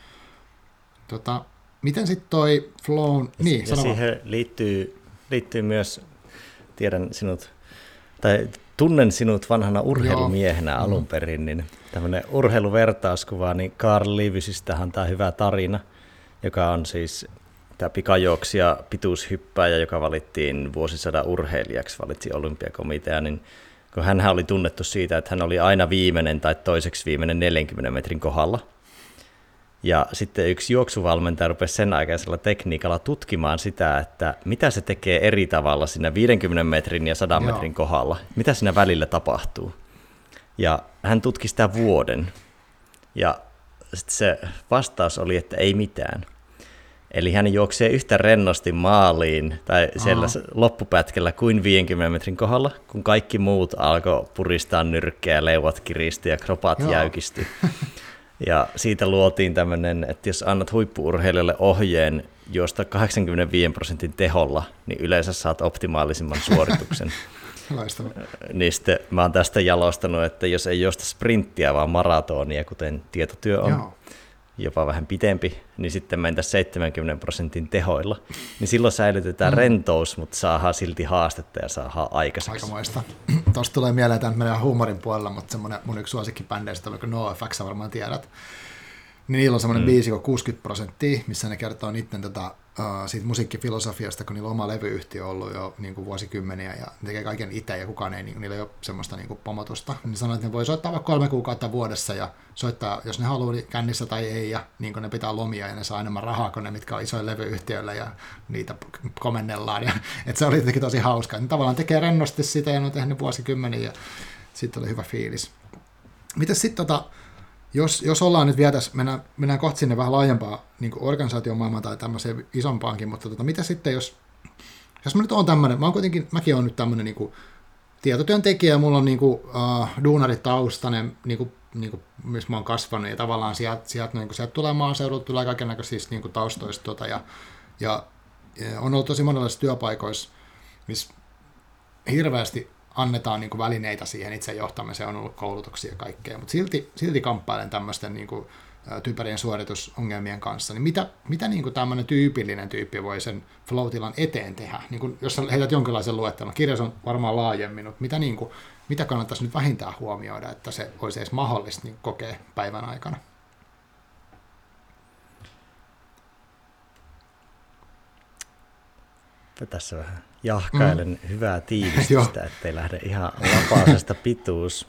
Miten sitten toi flow... Niin, ja siihen liittyy myös, tiedän sinut, tai tunnen sinut vanhana urheilumiehenä alun perin, niin tämmöinen urheiluvertauskuva, niin Carl Levysistähän tämä hyvä tarina, joka on siis tämä pikajuoksija, pituushyppääjä, joka valittiin vuosisadan urheilijaksi, valitsi olympiakomitea, niin kun hänhän oli tunnettu siitä, että hän oli aina viimeinen tai toiseksi viimeinen 40 metrin kohdalla. Ja sitten yksi juoksuvalmentaja rupesi sen aikaisella tekniikalla tutkimaan sitä, että mitä se tekee eri tavalla siinä 50 metrin ja 100 metrin kohdalla, mitä siinä välillä tapahtuu. Ja hän tutki sitä vuoden. Ja sitten se vastaus oli, että ei mitään. Eli hän juoksee yhtä rennosti maaliin tai siellä loppupätkällä kuin 50 metrin kohdalla, kun kaikki muut alkoi puristaa nyrkkeä, leuat kiristyi ja kropat jäykistyi. Ja siitä luotiin tämmöinen, että jos annat huippu-urheilijalle ohjeen juosta 85% teholla, niin yleensä saat optimaalisimman suorituksen. Niin sitten mä oon tästä jalostanut, että jos ei juosta sprinttiä, vaan maratonia, kuten tietotyö on, jopa vähän pitempi, niin sitten mentäisiin 70% tehoilla. Niin silloin säilytetään rentous, mutta saadaan silti haastetta ja saadaan aikaiseksi. Aikamoista. Tuosta tulee mieleen, että meidän huumorin puolella, mutta semmoinen mun yksi suosikkibändeistä oli NoFX, varmaan tiedät. niin niillä on semmoinen biisi kuin 60%, missä ne kertoo niiden siitä musiikkifilosofiasta, kun niillä on oma levyyhtiö ollut jo niin kuin vuosikymmeniä ja ne tekee kaiken itse ja kukaan ei, niillä ei ole semmoista niin kuin pomotusta. Niin sanoo, että ne voi soittaa vaikka 3 kuukautta vuodessa ja soittaa, jos ne haluaa, niin kännissä tai ei, ja niin kuin ne pitää lomia ja ne saa enemmän rahaa kuin ne, mitkä on isoilla levyyhtiöillä ja niitä komennellaan. Että se oli jotenkin tosi hauska. Ne tavallaan tekee rennosti sitä ja ne on tehnyt vuosikymmeniä ja sitten oli hyvä fiilis. Mitäs sitten jos ollaan nyt vielä mennään kohta sinne vähän laajempaa niin organisaatiomaailmaan tai tämmöiseen isompaankin, mutta mitä sitten, jos mä nyt oon tämmöinen, mäkin oon nyt tämmöinen niin tietotyöntekijä, mulla on niin duunaritaustainen, missä mä oon kasvanut, ja tavallaan sieltä tulee maaseudulta, tulee kaikennäköisistä niin taustoista, ja on ollut tosi monenlaisissa työpaikoissa, missä hirveästi annetaan niin kuin välineitä siihen itse johtamiseen, on ollut koulutuksia ja kaikkea, mutta silti kamppailen tämmöisten niin kuin typerien suoritusongelmien kanssa. Niin mitä niin kuin tämmöinen tyypillinen tyyppi voi sen flow-tilan eteen tehdä? Niin kuin, jos heität jonkinlaisen luettelon, kirjassa on varmaan laajemmin, mutta mitä kannattaisi nyt vähintään huomioida, että se olisi edes mahdollista niin kokea päivän aikana? Tässä vähän jahkailen hyvää tiivistystä, ettei lähde ihan lapaasesta pituus.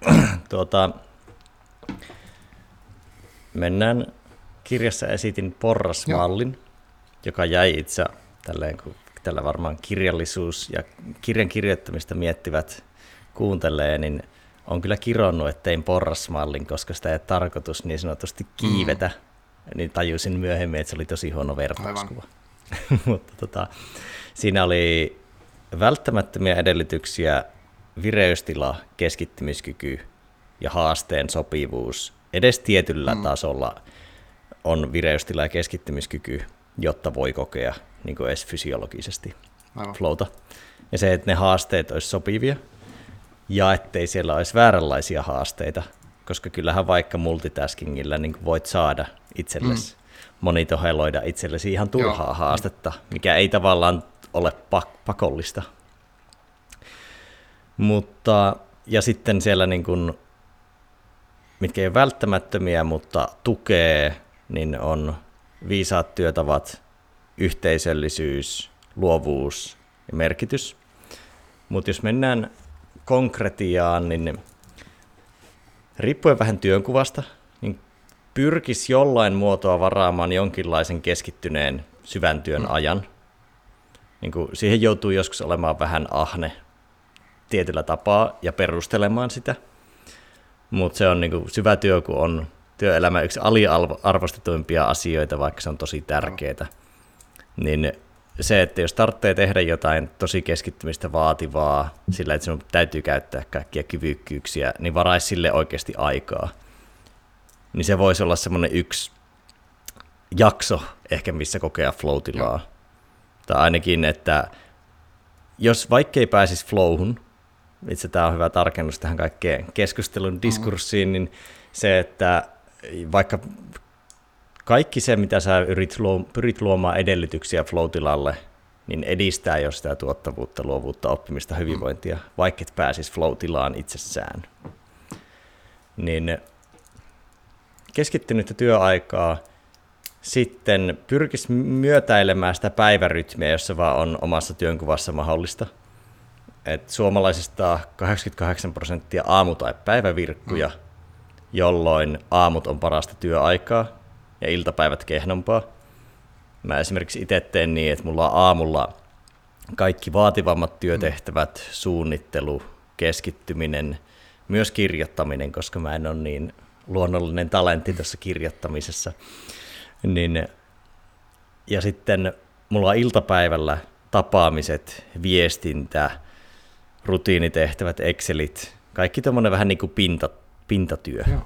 Mennään, kirjassa esitin porrasmallin, joka jäi itse tälleen, kun tällä varmaan kirjallisuus ja kirjan kirjoittamista miettivät kuuntelee, niin on kyllä kironnut, että tein porrasmallin, koska sitä ei tarkoitus niin sanotusti kiivetä, niin tajusin myöhemmin, että se oli tosi huono vertauskuva. Mutta siinä oli välttämättömiä edellytyksiä vireystila, keskittymiskyky ja haasteen sopivuus. Edes tietyllä tasolla on vireystila ja keskittymiskyky, jotta voi kokea niin kuin edes fysiologisesti flowta. Ja se, että ne haasteet olisi sopivia ja ettei siellä olisi vääränlaisia haasteita, koska kyllähän vaikka multitaskingilla niin kuin voit saada itsellesi monitoheloida itsellesi ihan turhaa haastetta, mikä ei tavallaan ole pakollista. Mutta, ja sitten siellä, niin kuin, mitkä ei ole välttämättömiä, mutta tukee, niin on viisaat työtavat, yhteisöllisyys, luovuus ja merkitys. Mutta jos mennään konkretiaan, niin riippuen vähän työnkuvasta, niin pyrkisi jollain muotoa varaamaan jonkinlaisen keskittyneen syvän työn ajan. Niin kuin siihen joutuu joskus olemaan vähän ahne tietyllä tapaa ja perustelemaan sitä. Mutta se on niin kuin syvä työ, kun on työelämä yksi aliarvostetuimpia asioita, vaikka se on tosi tärkeää. Niin se, että jos tarvitsee tehdä jotain tosi keskittymistä vaativaa, sillä että sinun täytyy käyttää kaikkia kyvykkyyksiä, niin varaisi sille oikeasti aikaa. Niin se voisi olla semmoinen yksi jakso ehkä, missä kokea flow-tilaa. Tai ainakin, että jos vaikkei pääsisi flowhun, itse tämä on hyvä tarkennus tähän kaikkeen keskustelun diskurssiin, niin se, että vaikka kaikki se, mitä sä pyrit luomaan edellytyksiä flow-tilalle, niin edistää jo sitä tuottavuutta, luovuutta, oppimista, hyvinvointia, vaikka et pääsisi flow-tilaan itsessään. Niin keskittynyttä työaikaa, sitten pyrkisi myötäilemään sitä päivärytmiä, jos se vaan on omassa työnkuvassa mahdollista. Et suomalaisista 88% aamu- tai päivävirkkuja, jolloin aamut on parasta työaikaa ja iltapäivät kehnompaa. Mä esimerkiksi itse teen niin, että mulla on aamulla kaikki vaativammat työtehtävät, suunnittelu, keskittyminen, myös kirjoittaminen, koska mä en ole niin luonnollinen talentti tuossa kirjoittamisessa. Niin, ja sitten mulla on iltapäivällä tapaamiset, viestintä, rutiinitehtävät, Excelit, kaikki tommoinen vähän niin kuin pintatyö. Joo.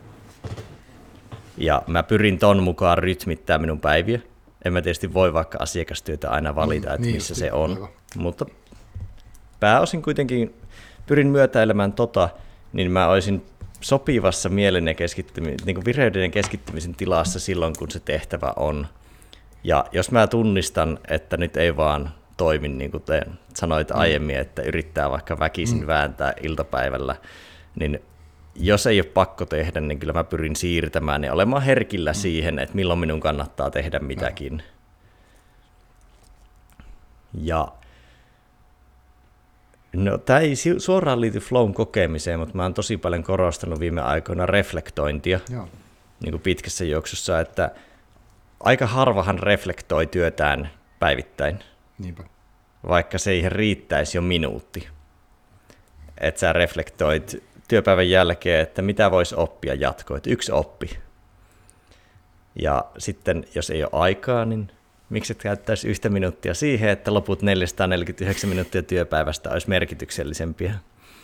Ja mä pyrin ton mukaan rytmittää minun päiviä. En mä tietysti voi vaikka asiakastyötä aina valita, että missä se on. Aivan. Mutta pääosin kuitenkin pyrin myötäilemään niin mä olisin sopivassa mielen ja niin kuin vireyden ja keskittymisen tilassa silloin, kun se tehtävä on. Ja jos mä tunnistan, että nyt ei vaan toimi, niin kuin te sanoit aiemmin, että yrittää vaikka väkisin vääntää iltapäivällä, niin jos ei ole pakko tehdä, niin kyllä mä pyrin siirtämään ja olemaan herkillä siihen, että milloin minun kannattaa tehdä mitäkin. Ja no, tämä ei suoraan liity flown kokemiseen, mutta mä oon tosi paljon korostanut viime aikoina reflektointia niin kuin pitkässä juoksussa, että aika harvahan reflektoi työtään päivittäin, Niinpä. vaikka siihen riittäisi jo minuutti. Että sä reflektoit työpäivän jälkeen, että mitä voisi oppia jatkoon, että yksi oppi. Ja sitten jos ei ole aikaa, niin miksi et käyttäisi 1 minuuttia siihen, että loput 449 minuuttia työpäivästä olisi merkityksellisempiä.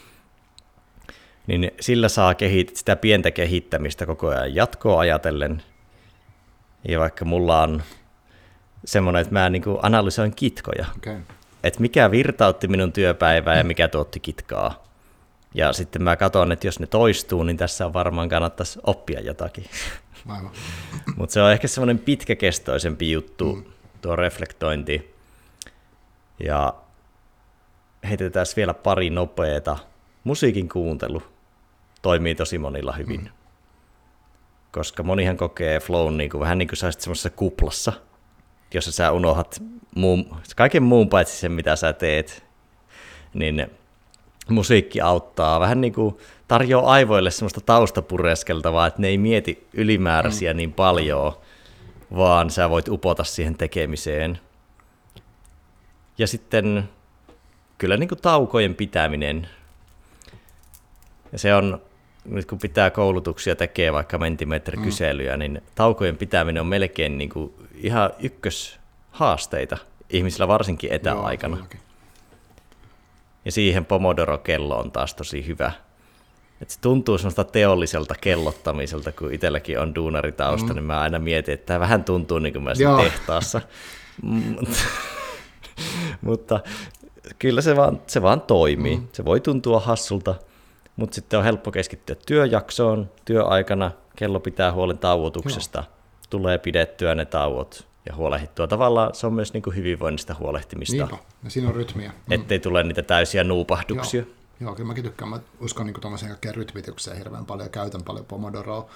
Niin sillä saa sitä pientä kehittämistä koko ajan jatkoa ajatellen. Ja vaikka mulla on semmoinen, että mä niin kuin analysoin kitkoja. Okay. Että mikä virtautti minun työpäivää ja mikä tuotti kitkaa. Ja sitten mä katson, että jos ne toistuu, niin tässä on varmaan kannattaisi oppia jotakin. Mutta se on ehkä semmoinen pitkäkestoisempi juttu, tuo reflektointi. Ja heitetään vielä pari nopeata. Musiikin kuuntelu toimii tosi monilla hyvin. Koska monihan kokee flown niin kuin, vähän niin kuin sä olisit semmoisessa kuplassa, jossa sä unohdat kaiken muun paitsi sen, mitä sä teet. Niin musiikki auttaa, vähän niin kuin tarjoaa aivoille semmoista taustapureskeltavaa, että ne ei mieti ylimääräisiä niin paljon, vaan sä voit upota siihen tekemiseen. Ja sitten kyllä niin kuin taukojen pitäminen. Ja se on, nyt kun pitää koulutuksia tekee vaikka mentimetrikyselyjä, niin taukojen pitäminen on melkein niin kuin ihan ykköshaasteita ihmisillä varsinkin etäaikana. Ja siihen Pomodoro-kello on taas tosi hyvä. Et se tuntuu semmoista teolliselta kellottamiselta, kun itselläkin on duunaritausta, niin mä aina mietin, että tämä vähän tuntuu niin kuin mä siinä tehtaassa. Mutta kyllä se vaan toimii. Se voi tuntua hassulta, mutta sitten on helppo keskittyä työjaksoon, työaikana, kello pitää huolen tauotuksesta, tulee pidettyä ne tauot ja huolehdittua. Tavallaan se on myös niin kuin hyvinvoinnista huolehtimista. Niinpä, ja siinä on rytmiä. Ettei tule niitä täysiä nuupahduksia. Joo, kyllä mäkin tykkään. Mä uskon niin tuollaiseen kaikkeen rytmitykseen hirveän paljon, käytän paljon Pomodoroa.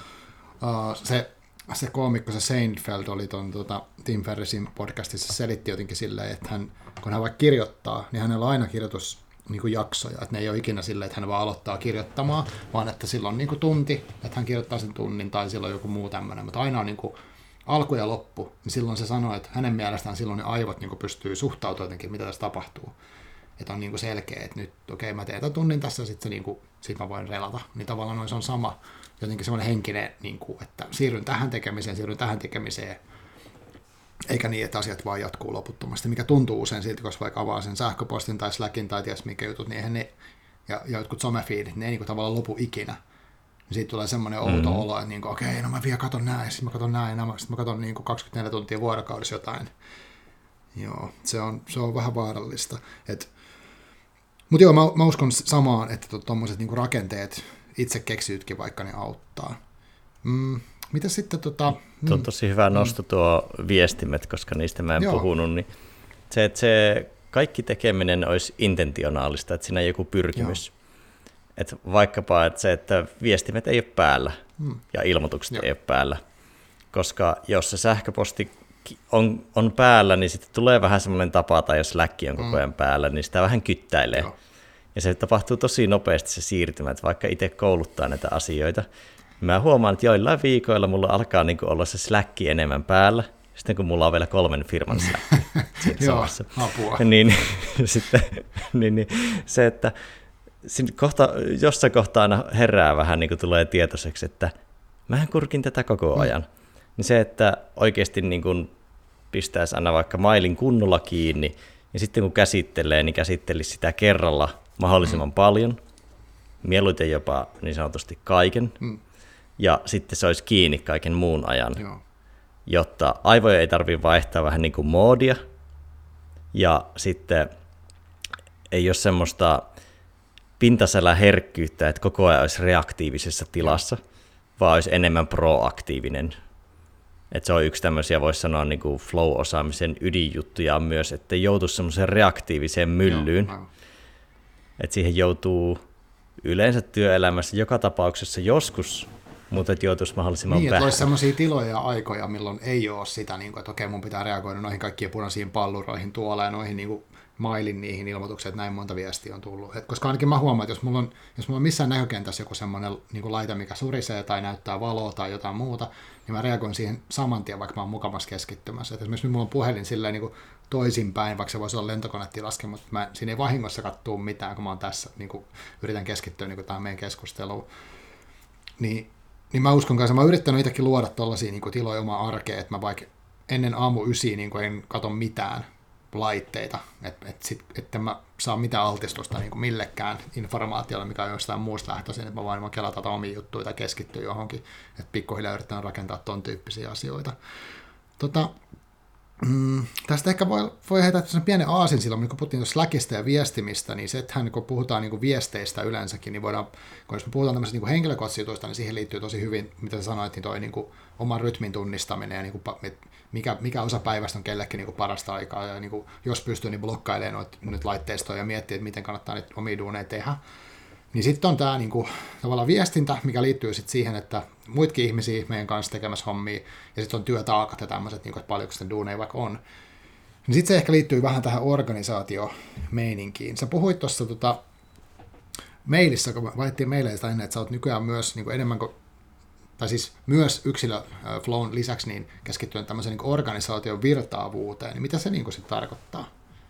Se koomikko, se Seinfeld oli Tim Ferrissin podcastissa, selitti jotenkin silleen, että kun hän vaikka kirjoittaa, niin hänellä on aina kirjoitus niin kuin jaksoja, että ne ei ole ikinä silleen, että hän vaan aloittaa kirjoittamaan, vaan että silloin on niin kuin tunti, että hän kirjoittaa sen tunnin tai silloin joku muu tämmöinen, mutta aina on niin kuin alku ja loppu, niin silloin se sanoo, että hänen mielestään silloin ne aivot niin kuin pystyy suhtautumaan jotenkin, mitä tässä tapahtuu. Että on niin kuin selkeä, että nyt mä teen tämän tunnin tässä, sit mä voin relata. Niin tavallaan se on sama, jotenkin semmoinen henkinen, niin kuin, että siirryn tähän tekemiseen, eikä niin, että asiat vaan jatkuu loputtomasti, mikä tuntuu usein siltä, koska vaikka avaa sen sähköpostin tai Slackin tai ties mikä jutut, niin eihän ne, ja jotkut somefeedit, ne ei niin kuin tavallaan lopu ikinä. Niin siitä tulee semmoinen outo olo, että niin okei, no mä vielä katon näin, sitten mä katon näin, sitten mä katon niin 24 tuntia vuorokaudessa jotain. Joo, se on vähän vaarallista. Mutta joo, mä uskon samaan, että tuommoiset niinku rakenteet, itse keksitytkin vaikka, ne auttaa. Mitä sitten Tuo on tosi hyvä nosto tuo viestimet, koska niistä mä en puhunut. Niin että se kaikki tekeminen olisi intentionaalista, että siinä on joku pyrkimys. Että vaikkapa että viestimet ei ole päällä ja ilmoitukset ei ole päällä. Koska jos se sähköposti on päällä, niin sitten tulee vähän semmoinen tapa, tai jos Slack on koko ajan päällä, niin sitä vähän kyttäilee. Joo. Ja se tapahtuu tosi nopeasti se siirtymä, että vaikka itse kouluttaa näitä asioita, mä huomaan, että joillain viikoilla mulla alkaa niin kuin olla se Slack enemmän päällä, sitten kun mulla on vielä 3 firman Slack siinä samassa. Apua. niin se, että jossain kohtaa aina herää vähän, niin kuin tulee tietoiseksi, että mähän kurkin tätä koko ajan. Niin se, että oikeasti niin kuin pistäisi aina vaikka mailin kunnolla kiinni, ja sitten kun käsittelee, niin käsittelisi sitä kerralla mahdollisimman paljon, mieluiten jopa niin sanotusti kaiken, ja sitten se olisi kiinni kaiken muun ajan, jotta aivoja ei tarvitse vaihtaa vähän niin kuin moodia, ja sitten ei ole semmoista pintasäläherkkyyttä, että koko ajan olisi reaktiivisessa tilassa, vaan olisi enemmän proaktiivinen. Että se on yksi tämmöisiä, voisi sanoa, niin kuin flow-osaamisen ydinjuttuja on myös, että joutuisi semmoiseen reaktiiviseen myllyyn. Että siihen joutuu yleensä työelämässä joka tapauksessa joskus, mutta että joutuisi mahdollisimman niin, vähän. että olisi sellaisia tiloja ja aikoja, milloin ei ole sitä, niin kuin, että okei, mun pitää reagoida noihin kaikkiin punaisiin palluroihin tuolla ja noihin niin kuin, mailin niihin ilmoituksiin, että näin monta viestiä on tullut. Et koska ainakin mä huomaan, että jos mulla on missään näkökentässä joku semmoinen niin kuin laite, mikä surisee tai näyttää valoa tai jotain muuta, niin mä reagoin siihen saman tien, vaikka mä oon mukavassa keskittymässä. Et esimerkiksi mulla on puhelin silleen niin kuin toisinpäin, vaikka se voisi olla lentokonetilaske, mutta siinä ei vahingossa kattuu mitään, kun mä oon tässä, niin kuin, yritän keskittyä niin kuin tähän meidän keskusteluun. Niin mä uskon kanssa, mä oon yrittänyt itsekin luoda tollaisia niin kuin tiloja omaa arkeen, että mä vaikka ennen aamu 9 niin kuin en katso mitään laitteita, että mä saa mitään altistusta niin kuin millekään informaatiolle, mikä on jostain muusta lähtöisin, että mä vaan kelata omia juttuja tai keskittyä johonkin, että pikkuhiljaa yritetään rakentaa ton tyyppisiä asioita. Tästä ehkä voi heittää pienen aasinsillan, kun puhuttiin tuossa Slackista ja viestimistä, niin se, että kun puhutaan niin kuin viesteistä yleensäkin, niin voidaan, kun jos me puhutaan tämmöisistä niin henkilökohtaisista jutuista, niin siihen liittyy tosi hyvin, mitä sä sanoit, niin toi niin kuin oman rytmin tunnistaminen ja niin kuin, mikä osa päivästä on kellekin niin kuin parasta aikaa, ja niin kuin, jos pystyy niin blokkailemaan noita laitteistoja ja miettiä, että miten kannattaa niitä omia duuneja tehdä. Niin sitten on tämä niinku, tavallaan viestintä, mikä liittyy sit siihen, että muitakin ihmisiä meidän kanssa tekemässä hommia, ja sitten on työtaakat ja tämmöiset, niinku, että paljonko sitä duuneja vaikka on. Niin sitten se ehkä liittyy vähän tähän organisaatiomeininkiin. Sä puhuit tuossa mailissa, kun valittiin maileista ennen, että sä oot nykyään myös niinku enemmän kuin, tai siis myös yksilöflown lisäksi niin keskittyen tämmöiseen niinku organisaation virtaavuuteen. Niin mitä se niinku sitten tarkoittaa?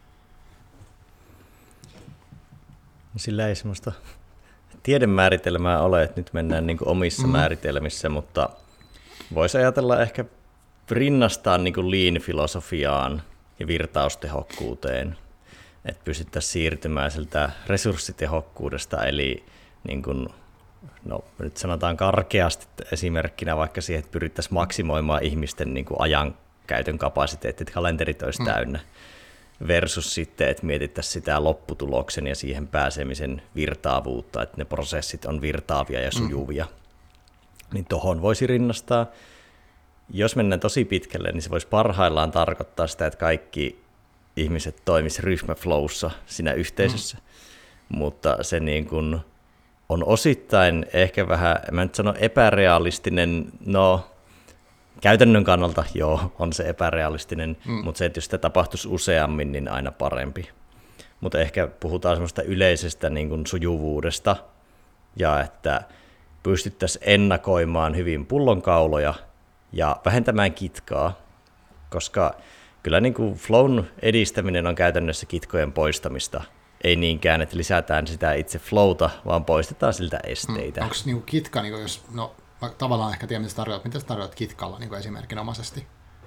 Sillä ei semmoista tiedemääritelmää ole, että nyt mennään niin kuin omissa määritelmissä, mutta voisi ajatella ehkä rinnastaa niin kuin lean-filosofiaan ja virtaustehokkuuteen, että pystyttäisiin siirtymään siltä resurssitehokkuudesta, eli niin kuin, no, nyt sanotaan karkeasti esimerkkinä vaikka siihen, että pyrittäisiin maksimoimaan ihmisten niin kuin ajankäytön kapasiteetti, että kalenterit olisi täynnä. Versus sitten, että mietittäisiin sitä lopputuloksen ja siihen pääsemisen virtaavuutta, että ne prosessit on virtaavia ja sujuvia. Niin tohon voisi rinnastaa. Jos mennään tosi pitkälle, niin se voisi parhaillaan tarkoittaa sitä, että kaikki ihmiset toimisivat ryhmäflowssa siinä yhteisössä. Mutta se niin kuin on osittain ehkä vähän, mä nyt sanon epärealistinen, no käytännön kannalta joo, on se epärealistinen, mutta se, että jos sitä tapahtuisi useammin, niin aina parempi. Mutta ehkä puhutaan semmoista yleisestä niin kuin sujuvuudesta, ja että pystyttäisiin ennakoimaan hyvin pullonkauloja ja vähentämään kitkaa, koska kyllä niin kuin flown edistäminen on käytännössä kitkojen poistamista. Ei niinkään, että lisätään sitä itse flowta, vaan poistetaan siltä esteitä. Onko niin kitka, niin jos... No tavallaan ehkä tiedä, mitä sä tarjoat kitkalla niin esimerkinomaisesti?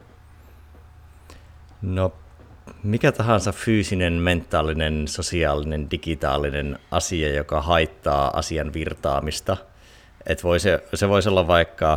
No, mikä tahansa fyysinen, mentaalinen, sosiaalinen, digitaalinen asia, joka haittaa asian virtaamista. Se voisi olla vaikka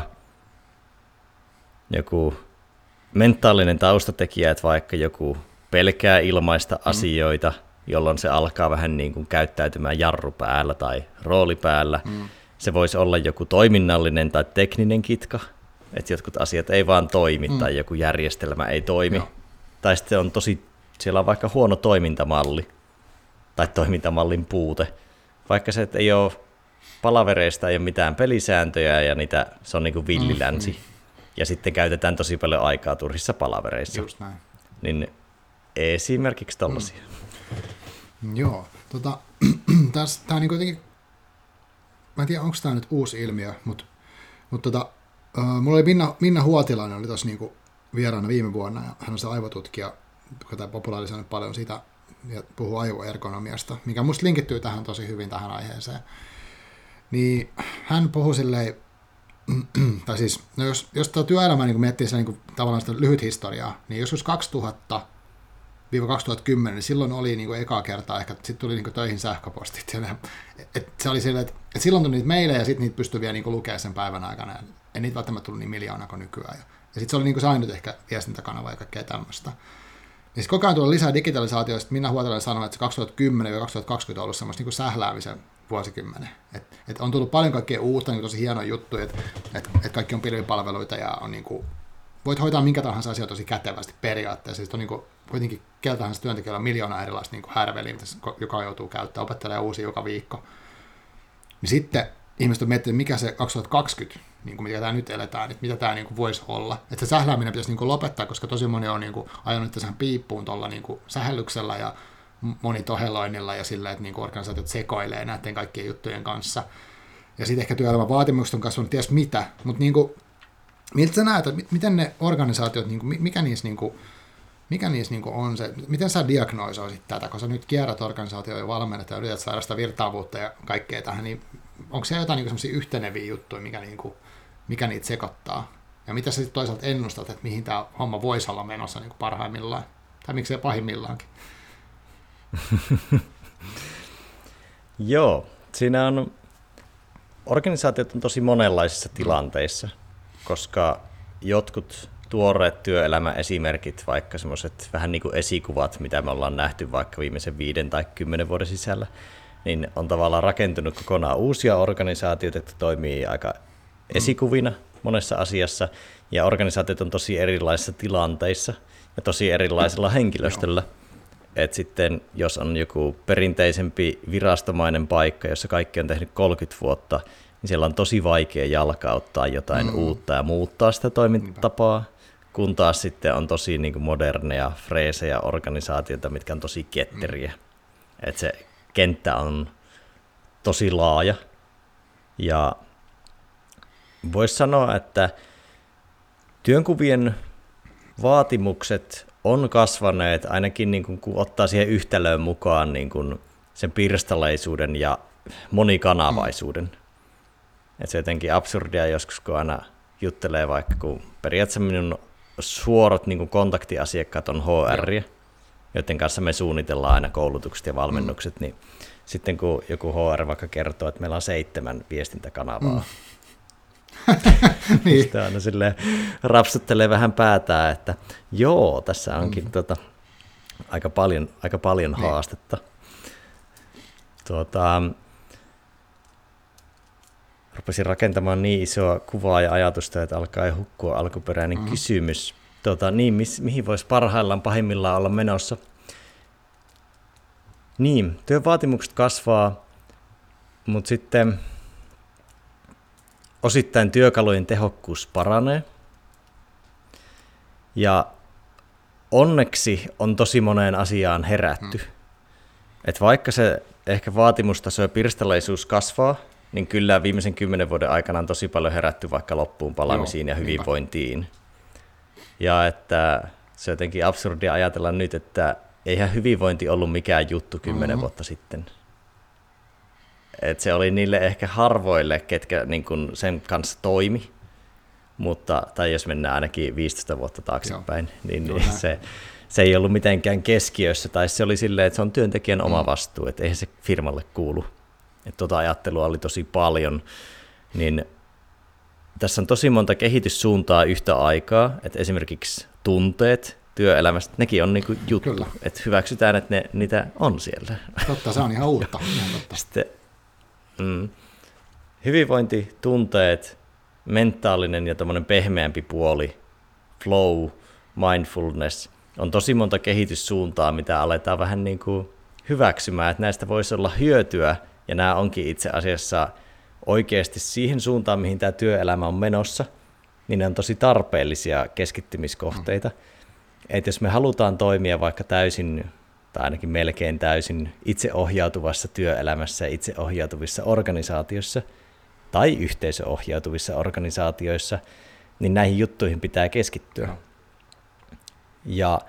joku mentaalinen taustatekijä, että vaikka joku pelkää ilmaista asioita, jolloin se alkaa vähän niin kuin käyttäytymään jarru päällä tai rooli päällä. Se voisi olla joku toiminnallinen tai tekninen kitka, että jotkut asiat ei vaan toimi tai joku järjestelmä ei toimi. Joo. Tai sitten siellä on vaikka huono toimintamalli tai toimintamallin puute. Vaikka se, että ei ole palavereista, ei ole mitään pelisääntöjä ja se on niin kuin villilänsi. Ja sitten käytetään tosi paljon aikaa turhissa palavereissa. Just näin. Niin esimerkiksi tollaisia. Joo, tämä niin jotenkin, mä en tiedä onko tämä nyt uusi ilmiö, mutta mulla oli Minna Huotilainen oli tuossa niin vieraana viime vuonna, ja hän on se aivotutkija, joka populaarisoinut paljon sitä ja puhuu aivoergonomiasta, mikä musta linkittyy tähän tosi hyvin tähän aiheeseen. Niin hän puhui silleen, tai siis, no jos työelämää niin miettii sitä niin tavallaan sitä lyhyt historiaa, niin joskus 2000-2010, niin silloin oli niin kuin ekaa kertaa, ehkä sitten tuli niin kuin töihin sähköpostit. Se oli silleen, että silloin tuli niitä meilejä ja sitten niitä pystyi vielä niin kuin lukemaan sen päivän aikana. Ei niitä välttämättä tullut niin miljoonaa kuin nykyään. Ja sitten se oli niin kuin se ainut ehkä viestintäkanava ja kaikkea tämmöistä. Ja sitten koko ajan tuli lisää digitalisaatioista. Minna Huotelainen sanoi, että se 2010-2020 on ollut semmoista niin kuin sähläämisen vuosikymmenen. Et on tullut paljon kaikkea uutta, niin tosi hienoja juttuja, että kaikki on pilvipalveluita ja on niin kuin, voit hoitaa minkä tahansa asiaa tosi kätevästi periaatteessa. Sitten on niin kuin, kuitenkin keltä tahansa työntekijällä on miljoona erilaista niin härveliä, joka joutuu käyttämään, opettelee uusia joka viikko. Niin sitten ihmiset on miettinyt, mikä se 2020, niin kuin mikä tämä nyt eletään, että mitä tämä niin kuin voisi olla. Että se sählääminen pitäisi niin kuin lopettaa, koska tosi moni on niin kuin ajanut tähän piippuun tuolla niin kuin sähellyksellä ja monitoheloinnilla ja sillä, että niin kuin organisaatiot sekoilee näiden kaikkien juttujen kanssa. Ja sitten ehkä työelämän vaatimukset on kasvanut ties mitä, mutta niin kuin, miltä sä näet, että miten ne organisaatiot, niin kuin, mikä niissä niin kuin on se, miten sä diagnoisoisit tätä, kun sä nyt kierrät organisaatioon ja valmennat ja yrität saada sitä virtaavuutta ja kaikkea tähän, niin onko se jotain niin semmoisia yhteneviä juttuja, mikä niitä sekoittaa? Ja mitä sä sitten toisaalta ennustat, että mihin tämä homma voisi olla menossa niin kuin parhaimmillaan, tai miksei pahimmillaankin? Joo, siinä on, organisaatiot on tosi monenlaisissa tilanteissa, koska jotkut tuoreet työelämän esimerkit, vaikka semmoiset vähän niin kuin esikuvat, mitä me ollaan nähty vaikka viimeisen 5 tai 10 vuoden sisällä, niin on tavallaan rakentunut kokonaan uusia organisaatioita, jotka toimii aika esikuvina monessa asiassa, ja organisaatiot on tosi erilaisissa tilanteissa ja tosi erilaisella henkilöstöllä. Et sitten jos on joku perinteisempi virastomainen paikka, jossa kaikki on tehnyt 30 vuotta, niin siellä on tosi vaikea jalkauttaa jotain uutta ja muuttaa sitä toimintatapaa, kun taas sitten on tosi niin kuin moderneja, freesejä organisaatioita, mitkä on tosi ketteriä. Et se kenttä on tosi laaja. Ja voisi sanoa, että työnkuvien vaatimukset on kasvaneet ainakin niin kuin, kun ottaa siihen yhtälöön mukaan niin kuin sen pirstaleisuuden ja monikanavaisuuden. Et se jotenkin absurdia joskus, kun aina juttelee vaikka, kun periaatteessa minun suorat niin kuin kontaktiasiakkaat on HR, joiden kanssa me suunnitellaan aina koulutukset ja valmennukset, niin sitten kun joku HR vaikka kertoo, että meillä on 7 viestintäkanavaa, niin. Sitten aina silleen rapsuttelee vähän päätään, että joo, tässä onkin aika paljon haastetta. Rupesin rakentamaan niin isoa kuvaa ja ajatusta, että alkaa hukkua alkuperäinen kysymys. Mihin voisi parhaillaan pahimmillaan olla menossa? Niin, työvaatimukset kasvaa, mutta sitten osittain työkalujen tehokkuus paranee. Ja onneksi on tosi moneen asiaan herätty. Et vaikka se ehkä vaatimustaso ja pirstaleisuus kasvaa, niin kyllä viimeisen 10 vuoden aikana on tosi paljon herätty vaikka loppuun palaamisiin ja hyvinvointiin. Ja että se on jotenkin absurdia ajatella nyt, että eihän hyvinvointi ollut mikään juttu 10 vuotta sitten. Et se oli niille ehkä harvoille, ketkä niin kun sen kanssa toimi, tai jos mennään ainakin 15 vuotta taaksepäin, niin se ei ollut mitenkään keskiössä, tai se oli silleen, että se on työntekijän oma vastuu, että eihän se firmalle kuulu. Että ajattelua oli tosi paljon, niin tässä on tosi monta kehityssuuntaa yhtä aikaa, että esimerkiksi tunteet työelämästä, nekin on niinku juttu, kyllä. Että hyväksytään, että niitä on siellä. Totta, se on ihan uutta. Ihan totta. Sitten, hyvinvointi, tunteet, mentaalinen ja tämmöinen pehmeämpi puoli, flow, mindfulness, on tosi monta kehityssuuntaa, mitä aletaan vähän niin kuin hyväksymään, että näistä voisi olla hyötyä, ja nämä onkin itse asiassa oikeasti siihen suuntaan, mihin tämä työelämä on menossa, niin ne on tosi tarpeellisia keskittymiskohteita. Että jos me halutaan toimia vaikka täysin, tai ainakin melkein täysin itseohjautuvassa työelämässä ja itseohjautuvissa organisaatioissa, tai yhteisöohjautuvissa organisaatioissa, niin näihin juttuihin pitää keskittyä. Ja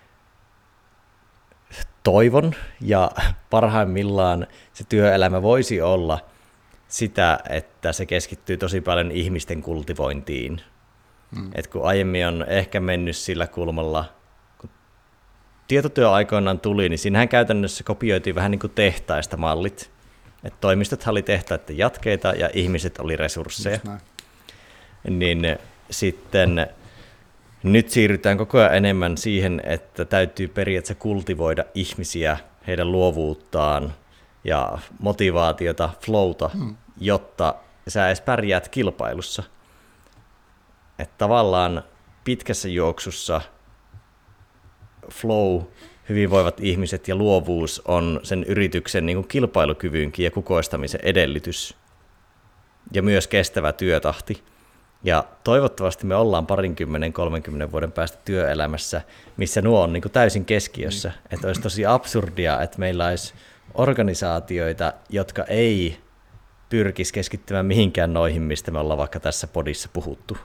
toivon, ja parhaimmillaan se työelämä voisi olla sitä, että se keskittyy tosi paljon ihmisten kultivointiin. Et kun aiemmin on ehkä mennyt sillä kulmalla, kun tietotyö aikoinaan tuli, niin siinähän käytännössä kopioitiin vähän niin kuin tehtaista mallit. Et toimistothan oli tehtaiden jatkeita ja ihmiset oli resursseja. Niin sitten nyt siirrytään koko ajan enemmän siihen, että täytyy periaatteessa kultivoida ihmisiä, heidän luovuuttaan ja motivaatiota, flowta, jotta sä edes pärjäät kilpailussa. Että tavallaan pitkässä juoksussa flow, hyvinvoivat ihmiset ja luovuus on sen yrityksen niin kuin kilpailukyvynkin ja kukoistamisen edellytys ja myös kestävä työtahti. Ja toivottavasti me ollaan 20-30 vuoden päästä työelämässä, missä nuo on niin kuin täysin keskiössä. Että olisi tosi absurdia, että meillä olisi organisaatioita, jotka ei pyrkisi keskittymään mihinkään noihin, mistä me ollaan vaikka tässä podissa puhuttu.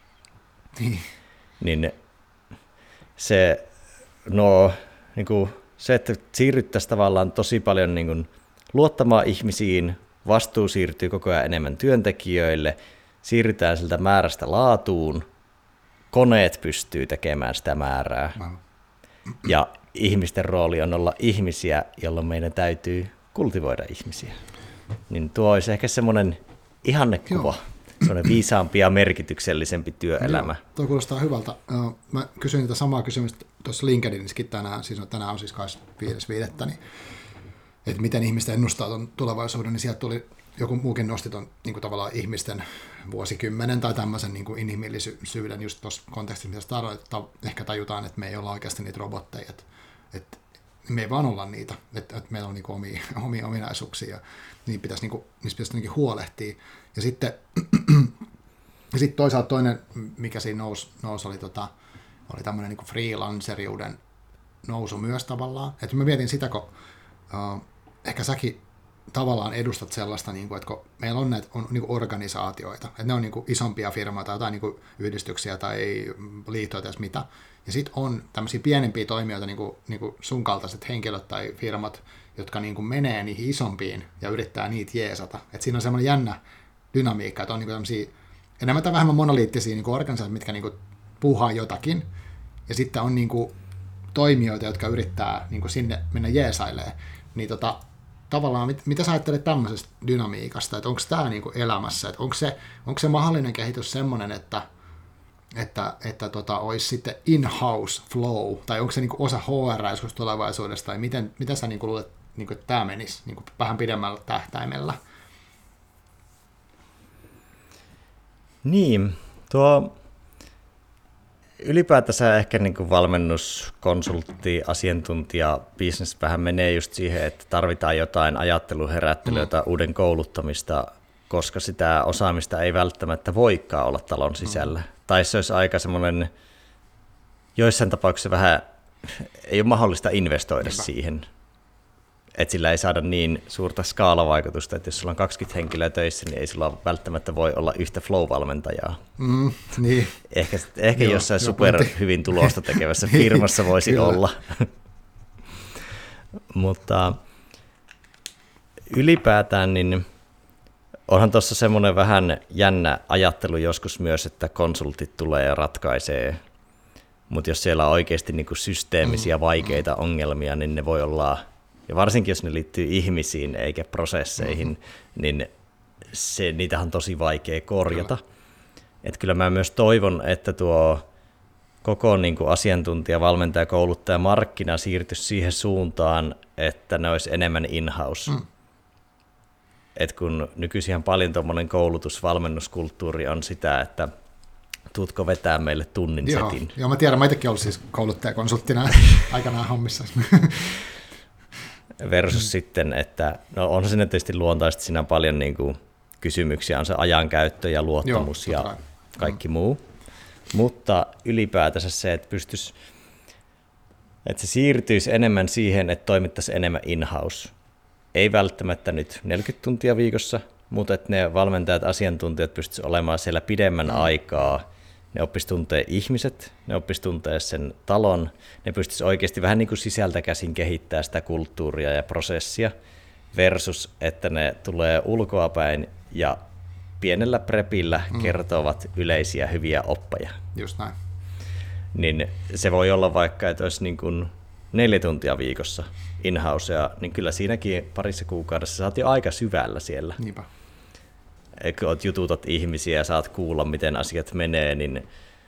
Niin se, niin kuin se, että siirryttäisiin tavallaan tosi paljon niin kuin luottamaan ihmisiin, vastuu siirtyy koko ajan enemmän työntekijöille, siirrytään siltä määrästä laatuun, koneet pystyy tekemään sitä määrää, ja ihmisten rooli on olla ihmisiä, jolloin meidän täytyy kultivoida ihmisiä. Niin tuo olisi ehkä semmoinen ihannekuva, semmoinen viisaampi ja merkityksellisempi työelämä. Joo, tuo kuulostaa hyvältä. Mä kysyin tätä samaa kysymystä tuossa LinkedInissäkin tänään, tänään on siis 5.5., niin, että miten ihmisten ennustaa tuon tulevaisuuden, niin sieltä tuli, joku muukin nosti tuon niin kuin tavallaan ihmisten vuosikymmenen tai tämmöisen niin kuin inhimillisyyden just tuossa kontekstissa, mitä tarkoittaa, että ehkä tajutaan, että me ei olla oikeasti niitä robotteja, että me ei vaan olla niitä, että meillä on niin kuin omia ominaisuuksia ja niistä pitäisi huolehtia. Ja sitten toisaalta toinen, mikä siinä nousi oli tämmöinen niin kuin freelanceriuden nousu myös tavallaan. Että mä mietin sitä, kun ehkä säkin tavallaan edustat sellaista, niin kuin, että kun meillä on näitä niin kuin organisaatioita, että ne on niin kuin isompia firmoja tai jotain niin kuin yhdistyksiä tai liittoja tai mitä, ja sitten on tämmöisiä pienempiä toimijoita, niin kuin sun kaltaiset henkilöt tai firmat, jotka niin kuin menee niihin isompiin ja yrittää niitä jeesata. Että siinä on semmoinen jännä dynamiikka, että on niin kuin tämmöisiä enemmän tai vähemmän monoliittisia niin kuin organisaatioita, mitkä niin kuin puuhaa jotakin, ja sitten on niin kuin toimijoita, jotka yrittää niin kuin sinne mennä jeesailemaan. Niin tavallaan, mitä sä ajattelet tämmöisestä dynamiikasta, että onko tämä niin kuin elämässä, että onko se mahdollinen kehitys semmoinen, että olisi sitten in-house flow, tai onko se niin kuin osa HR joskus tulevaisuudesta, tai mitä sä niin kuin luulet, niin kuin, että tämä menisi niin kuin vähän pidemmällä tähtäimellä? Niin, tuo ylipäätänsä ehkä niin kuin valmennus, konsultti, asiantuntija, business vähän menee just siihen, että tarvitaan jotain ajatteluherättelyä tai uuden kouluttamista, koska sitä osaamista ei välttämättä voikaan olla talon sisällä. Tai se olisi aika semmoinen, joissain tapauksissa vähän ei ole mahdollista investoida siihen, että sillä ei saada niin suurta skaalavaikutusta, että jos sulla on 20 henkilöä töissä, niin ei sulla välttämättä voi olla yhtä flow-valmentajaa. Niin. Ehkä jossain super hyvin tulosta tekevässä firmassa voisi olla. Mutta ylipäätään niin onhan tuossa semmoinen vähän jännä ajattelu joskus myös, että konsultit tulee ja ratkaisee, mutta jos siellä on oikeasti niin kuin systeemisiä vaikeita ongelmia, niin ne voi olla, ja varsinkin jos ne liittyy ihmisiin eikä prosesseihin, niin niitä on tosi vaikea korjata. Että kyllä mä myös toivon, että tuo koko niin kuin asiantuntija, valmentaja, kouluttaja, markkina siirtyisi siihen suuntaan, että ne olisi enemmän in-house. Et kun nykyisin paljon tuommoinen koulutus-valmennuskulttuuri on sitä, että tuutko vetää meille tunnin setin. Joo, mä tiedän, mä itsekin ollut siis kouluttajakonsulttina aikanaan hommissa. Versus sitten, että no onhan se tietysti luontaisesti, siinä on paljon niin kuin kysymyksiä, on se ajankäyttö ja luottamus ja kaikki muu. Mutta ylipäätänsä se, että että se siirtyisi enemmän siihen, että toimittaisiin enemmän in-house. Ei välttämättä nyt 40 tuntia viikossa, mutta että ne valmentajat, asiantuntijat pystyisivät olemaan siellä pidemmän aikaa. Ne oppisivat tuntea ihmiset, ne oppisivat tuntea sen talon, ne pystyisivät oikeasti vähän niin kuin sisältä käsin kehittämään sitä kulttuuria ja prosessia, versus että ne tulee ulkoapäin ja pienellä prepillä kertovat yleisiä hyviä oppeja. Just näin. Niin se voi olla vaikka, että olisi niin kuin 4 tuntia viikossa in-housea, niin kyllä siinäkin parissa kuukaudessa sä oot jo aika syvällä siellä. Niinpä. Kun jututat ihmisiä ja saat kuulla, miten asiat menee, niin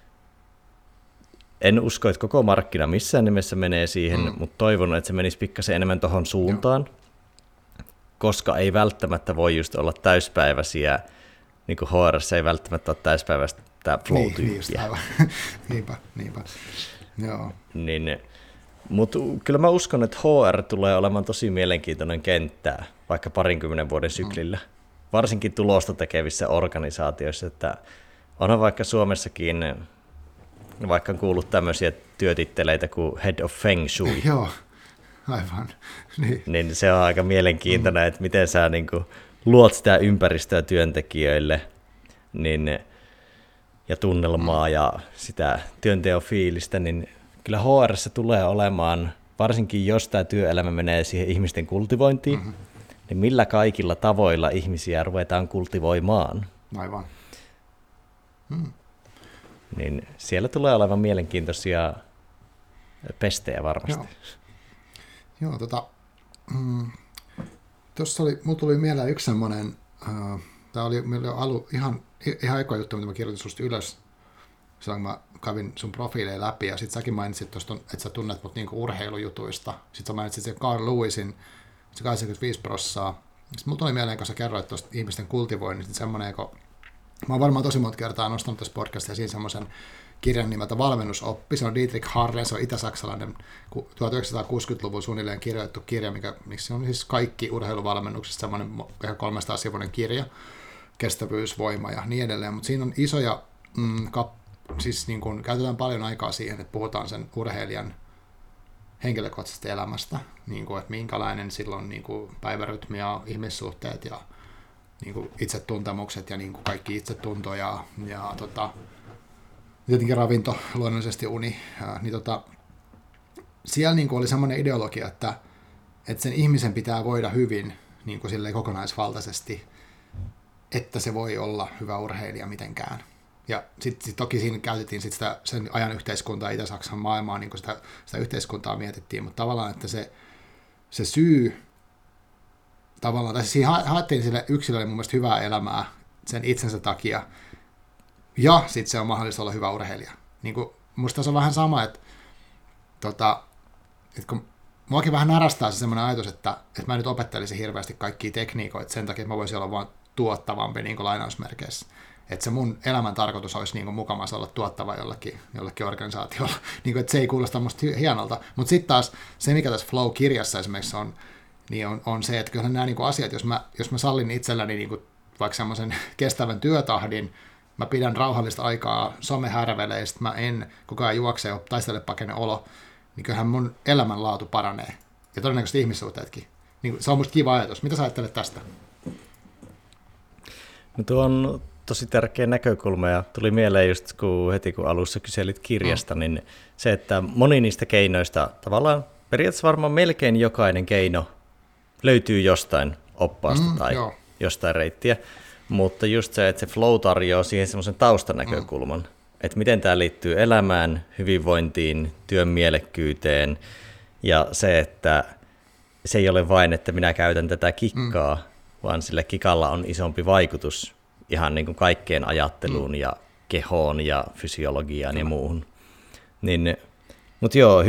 en usko, että koko markkina missään nimessä menee siihen, mutta toivon, että se menisi pikkasen enemmän tuohon suuntaan, koska ei välttämättä voi just olla täyspäiväisiä, niin kuin HR:ssä ei välttämättä ole täyspäiväistä flow-tyyppiä. Niinpä. Joo. Mutta kyllä mä uskon, että HR tulee olemaan tosi mielenkiintoinen kenttä vaikka 20 vuoden syklillä. varsinkin tulosta tekevissä organisaatioissa, että onhan vaikka Suomessakin, vaikka on kuullut tämmöisiä työtitteleitä kuin Head of Feng Shui. Joo, aivan. Niin se on aika mielenkiintoinen, että miten sä niin kuin luot sitä ympäristöä työntekijöille ja tunnelmaa ja sitä työnteon fiilistä, niin kyllä HR:ssä tulee olemaan, varsinkin jos tämä työelämä menee siihen ihmisten kultivointiin, niin millä kaikilla tavoilla ihmisiä ruvetaan kultivoimaan. Aivan. Niin siellä tulee olevan mielenkiintoisia pestejä varmasti. Joo, tuossa mulla tuli mieleen yksi semmoinen, tämä oli ihan eka juttu, mitä mä kirjoitin susta ylös, silloin mä kävin sun profiileja läpi, ja sit säkin mainitsit tuosta, että sä tunnet mut niinku urheilujutuista. Sit sä mainitsit sen Carl Lewisin, se 85%. Sitten mulla tuli mieleen, kun sä kerroit tuosta ihmisten kultivoinnista, semmoinen, kun mä oon varmaan tosi monta kertaa nostanut tässä podcastissa siinä semmoisen kirjan nimeltä Valmennusoppi. Se on Dietrich Harle, se on itä-saksalainen 1960-luvun suunnilleen kirjoitettu kirja, miksi on siis kaikki urheiluvalmennuksesta semmoinen 300-sivuinen kirja, kestävyys, voima ja niin edelleen. Mutta siinä on isoja, siis niin kun käytetään paljon aikaa siihen, että puhutaan sen urheilijan henkilökohtaisesta elämästä, niin kuin, että minkälainen silloin niin kuin päivärytmi ja ihmissuhteet ja niin kuin itsetuntemukset ja niin kuin kaikki itsetunto ja tietenkin ravinto, luonnollisesti uni, niin siellä niin kuin oli semmoinen ideologia, että sen ihmisen pitää voida hyvin niin kuin silleen kokonaisvaltaisesti, että se voi olla hyvä urheilija mitenkään. Ja sitten toki siinä käytettiin sen ajan yhteiskuntaa, Itä-Saksan maailmaa, niin kuin sitä yhteiskuntaa mietittiin, mutta tavallaan, että se syy, tavallaan, tai siinä haettiin sille yksilölle mun mielestä hyvää elämää sen itsensä takia, ja sitten se on mahdollista olla hyvä urheilija. Niin kuin, musta se on vähän sama, että kun muakin vähän narastaa se semmoinen ajatus, että mä nyt opettelisin hirveästi kaikkia tekniikoita sen takia, että mä voisin olla vaan tuottavampi niin kuin lainausmerkeissä. Että se mun elämän tarkoitus olisi niin kuin mukamas olla tuottava jollekin organisaatiolla. Niin kuin, että se ei kuulosta musta hienolta. Mutta sitten taas se, mikä tässä Flow-kirjassa esimerkiksi on se, että kyllä nämä niin kuin asiat, jos mä sallin itselläni niin kuin vaikka semmoisen kestävän työtahdin, mä pidän rauhallista aikaa somehärveleistä, mä en koko ajan juokse ja taistele pakene olo, niin kyllähän mun elämänlaatu paranee. Ja todennäköisesti ihmissuhteetkin. Niin se on musta kiva ajatus. Mitä sä ajattelet tästä? No tuo on tosi tärkeä näkökulma ja tuli mieleen just heti kun alussa kyselit kirjasta, niin se, että moni niistä keinoista, tavallaan periaatteessa varmaan melkein jokainen keino löytyy jostain oppaasta tai jostain reittiä, mutta just se, että se flow tarjoaa siihen semmoisen taustanäkökulman, että miten tämä liittyy elämään, hyvinvointiin, työn mielekkyyteen ja se, että se ei ole vain, että minä käytän tätä kikkaa, vaan sillä kikalla on isompi vaikutus ihan niin kuin kaikkeen ajatteluun ja kehoon ja fysiologiaan ja muuhun. Mutta joo,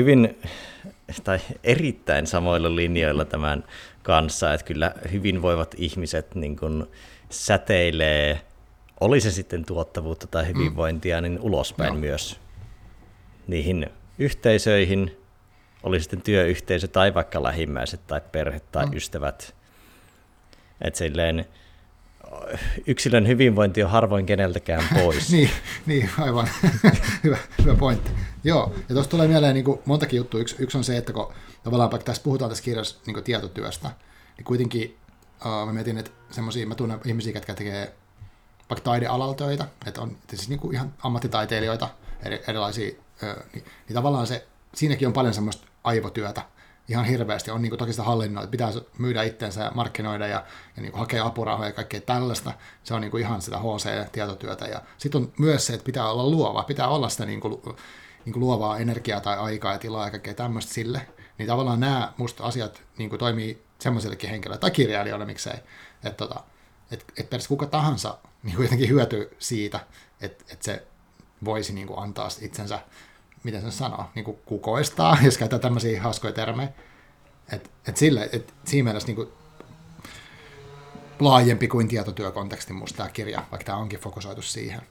erittäin samoilla linjoilla tämän kanssa, että kyllä hyvinvoivat ihmiset niin kuin säteilee, oli se sitten tuottavuutta tai hyvinvointia, niin ulospäin myös niihin yhteisöihin, oli sitten työyhteisö tai vaikka lähimmäiset tai perhe tai ystävät. Että silleen yksilön hyvinvointi on harvoin keneltäkään pois. niin, aivan. hyvä pointti. Joo, ja tuossa tulee mieleen niin kuin montakin juttua. Yksi on se, että kun tavallaan vaikka tässä puhutaan tässä kirjassa niin kuin tietotyöstä, niin kuitenkin mä mietin, että mä tunnen ihmisiä, jotka tekee vaikka taidealalla töitä, että on siis niin kuin ihan ammattitaiteilijoita, erilaisia, niin tavallaan siinäkin on paljon semmoista aivotyötä, ihan hirveästi. On niin kuin toki sitä hallinnoa, että pitää myydä itsensä ja markkinoida ja niin kuin hakea apurahoja ja kaikkea tällaista. Se on niin kuin ihan sitä HC-tietotyötä. Ja sitten on myös se, että pitää olla luova. Pitää olla sitä niin kuin luovaa energiaa tai aikaa ja tilaa ja kaikkea tämmöistä sille. Niin tavallaan nämä musta asiat niin kuin toimii semmoisellekin henkilöille tai kirjailijoille miksei. Että periaatteessa kuka tahansa niin kuin jotenkin hyötyy siitä, että se voisi niin kuin antaa itsensä, miten se sanoo, niin kuin kukoistaa, jos käytetään tämmöisiä hauskoja termejä. Että siinä mielessä niin kuin laajempi kuin tietotyökonteksti musta tämä kirja, vaikka tämä onkin fokusoitu siihen.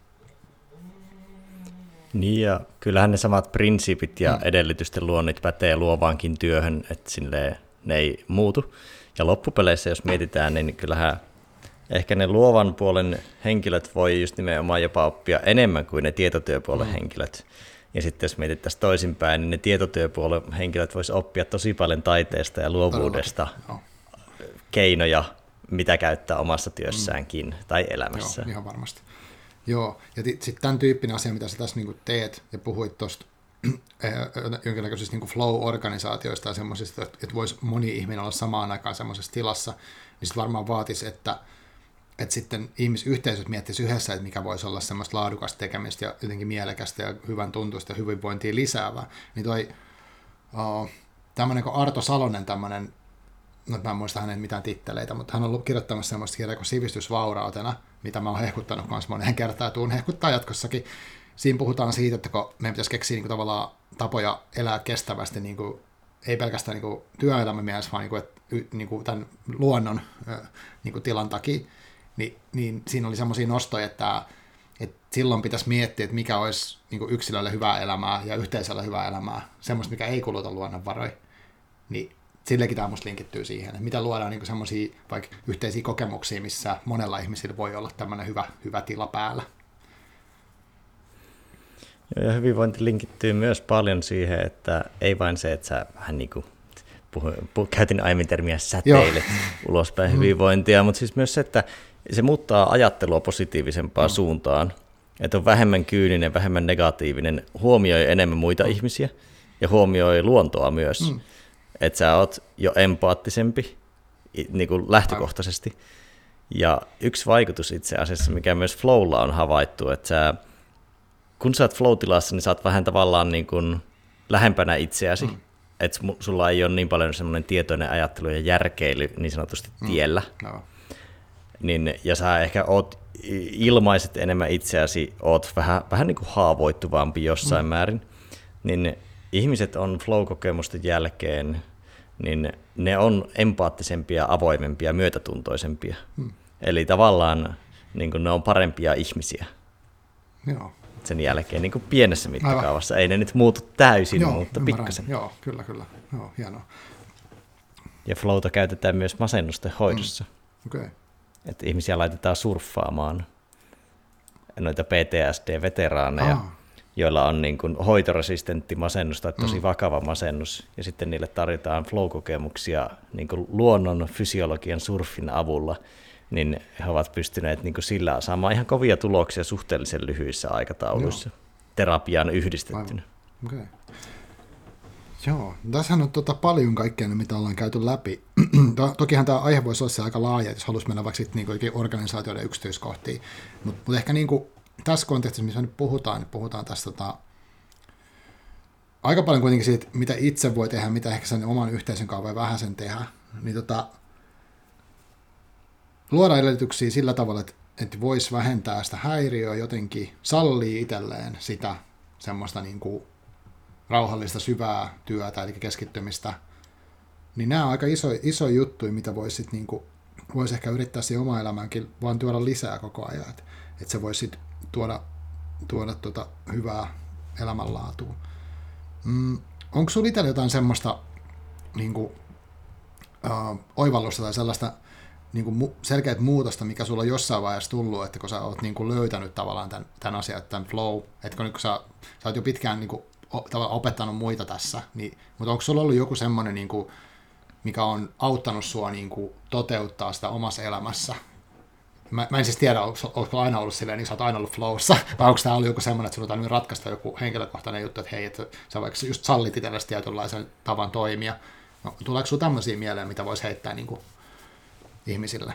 Niin ja kyllähän ne samat prinsiipit ja edellytysten luonnit pätee luovaankin työhön, että silleen ne ei muutu. Ja loppupeleissä, jos mietitään, niin kyllähän ehkä ne luovan puolen henkilöt voi just nimenomaan jopa oppia enemmän kuin ne tietotyöpuolen henkilöt. Ja sitten jos mietittäisiin toisinpäin, niin ne tietotyöpuolen henkilöt vois oppia tosi paljon taiteesta ja luovuudesta keinoja, mitä käyttää omassa työssäänkin tai elämässä. Joo, ihan varmasti. Joo, ja sitten tämän tyyppinen asia, mitä sä tässä niinku teet ja puhuit tuosta jonkinlaisista niinku flow-organisaatioista ja semmoisista, että voisi moni ihminen olla samaan aikaan semmoisessa tilassa, niin sitten varmaan vaatisi, että sitten ihmisyhteisöt miettisivät yhdessä, että mikä voisi olla semmoista laadukasta tekemistä ja jotenkin mielekästä ja hyvän tuntuista ja hyvinvointia lisäävää. Niin tämmöinen kuin Arto Salonen, tämmöinen, no mä en muista hänen mitään titteleitä, mutta hän on ollut kirjoittamassa semmoista kirjaa kuin Sivistysvaurautena, mitä mä oon hehkuttanut myös moneen kertaan ja tuun hehkuttaa jatkossakin. Siinä puhutaan siitä, että kun meidän pitäisi keksiä niin kuin tavallaan tapoja elää kestävästi, niin kuin, ei pelkästään niin kuin työelämän mielessä, vaan niin kuin tämän luonnon niin kuin tilan takia, niin siinä oli semmoisia nostoja, että silloin pitäisi miettiä, että mikä olisi niin kuin yksilölle hyvää elämää ja yhteisölle hyvää elämää, semmoista, mikä ei kuluta luonnonvaroja. Niin sillekin tämä musta linkittyy siihen, että mitä luodaan niin semmoisia vaikka yhteisiä kokemuksia, missä monella ihmisillä voi olla tämmöinen hyvä tila päällä. Ja hyvinvointi linkittyy myös paljon siihen, että ei vain se, että sä vähän niin kuin käytin aiemmin termiä säteilet ulospäin hyvinvointia, mutta siis myös se, että se muuttaa ajattelua positiivisempaan suuntaan, että on vähemmän kyyninen, vähemmän negatiivinen, huomioi enemmän muita ihmisiä ja huomioi luontoa myös, että sä oot jo empaattisempi niin kuin lähtökohtaisesti. Ja yksi vaikutus itse asiassa, mikä myös flowlla on havaittu, että kun sä oot flow-tilassa, niin sä oot vähän tavallaan niin kuin lähempänä itseäsi, että sulla ei ole niin paljon semmoinen tietoinen ajattelu ja järkeily niin sanotusti tiellä. Ja sä ehkä ilmaiset enemmän itseäsi, oot vähän niin kuin haavoittuvampi jossain määrin, niin ihmiset on flow-kokemusten jälkeen, niin ne on empaattisempia, avoimempia, myötätuntoisempia. Eli tavallaan niin kuin ne on parempia ihmisiä. Joo. Sen jälkeen niin kuin pienessä mittakaavassa. Ei ne nyt muutu täysin, mutta pikkasen. Joo, kyllä. Joo, hienoa. Ja flowta käytetään myös masennusten hoidossa. Okay. Että ihmisiä laitetaan surffaamaan noita PTSD-veteraaneja, joilla on niin kuin hoitoresistentti masennus tai tosi vakava masennus, ja sitten niille tarjotaan flow-kokemuksia niin kuin luonnon fysiologian surfin avulla, niin he ovat pystyneet niin kuin sillä saamaan ihan kovia tuloksia suhteellisen lyhyissä aikatauluissa terapiaan yhdistettynä. Okay. Joo, tässähän on paljon kaikkea, mitä ollaan käyty läpi. Tokihan tämä aihe voisi olla aika laaja, jos haluaisi mennä vaikka niin organisaatioiden yksityiskohtiin, mutta ehkä niin kuin tässä kontekstissa, missä nyt puhutaan tästä aika paljon kuitenkin siitä, mitä itse voi tehdä, mitä ehkä sen oman yhteisön kanssa voi vähän sen tehdä, niin luoda edellytyksiä sillä tavalla, että voisi vähentää sitä häiriöä jotenkin, sallii itselleen sitä semmoista niin kuin rauhallista syvää työtä, eli keskittymistä, niin nämä on aika iso juttuja, mitä voisi niin vois ehkä yrittää siihen omaan elämäänkin vaan tuoda lisää koko ajan, että se voisi tuoda hyvää elämänlaatua. Onko sinulla itsellä jotain semmoista niin kuin, oivallusta tai sellaista niin kuin selkeät muutosta, mikä sulla on jossain vaiheessa tullut, että kun sä oot niin kuin löytänyt tavallaan tämän asian, tämän flow, että kun sä oot jo pitkään niin kuin tavallaan opettanut muita tässä, niin, mutta onko sulla ollut joku semmoinen, niin kuin, mikä on auttanut sua niin kuin toteuttaa sitä omassa elämässä? Mä en siis tiedä, onko aina ollut silleen, niin sä oot aina ollut flowssa, vai onko tämä ollut joku semmoinen, että sulla on ratkaista joku henkilökohtainen juttu, että hei, että sä vaikka just sallit itsellesi tietynlaisen tavan toimia. No, tuleeko sulla tämmöisiä mieleen, mitä voisi heittää niin kuin ihmisille?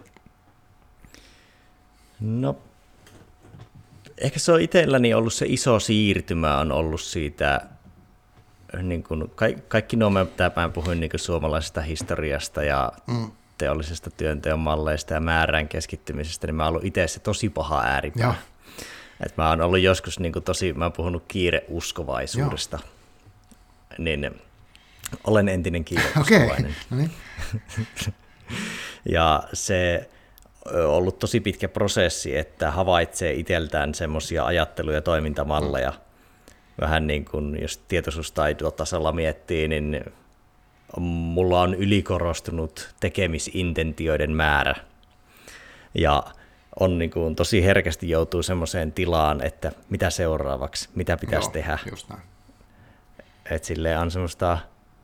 No, ehkä se on itselläni ollut se iso siirtymä, on ollut siitä, niin kuin kaikki nuo, mitä mä puhuin niin kuin suomalaisesta historiasta ja teollisesta työnteon malleista ja määrään keskittymisestä, niin mä oon ollut itse se tosi paha ääripää. Et mä oon ollut joskus niin kuin mä oon puhunut kiireuskovaisuudesta, niin olen entinen kiireuskovainen. Okay. Ja se on ollut tosi pitkä prosessi, että havaitsee itseltään semmoisia ajattelu- ja toimintamalleja. Vähän niin kuin, jos tietoisuustaitotasolla miettii, niin mulla on ylikorostunut tekemisintentioiden määrä. ja on niin kuin, tosi herkästi joutuu semmoiseen tilaan, että mitä seuraavaksi, mitä pitäisi tehdä. Just näin. Että silleen on semmoista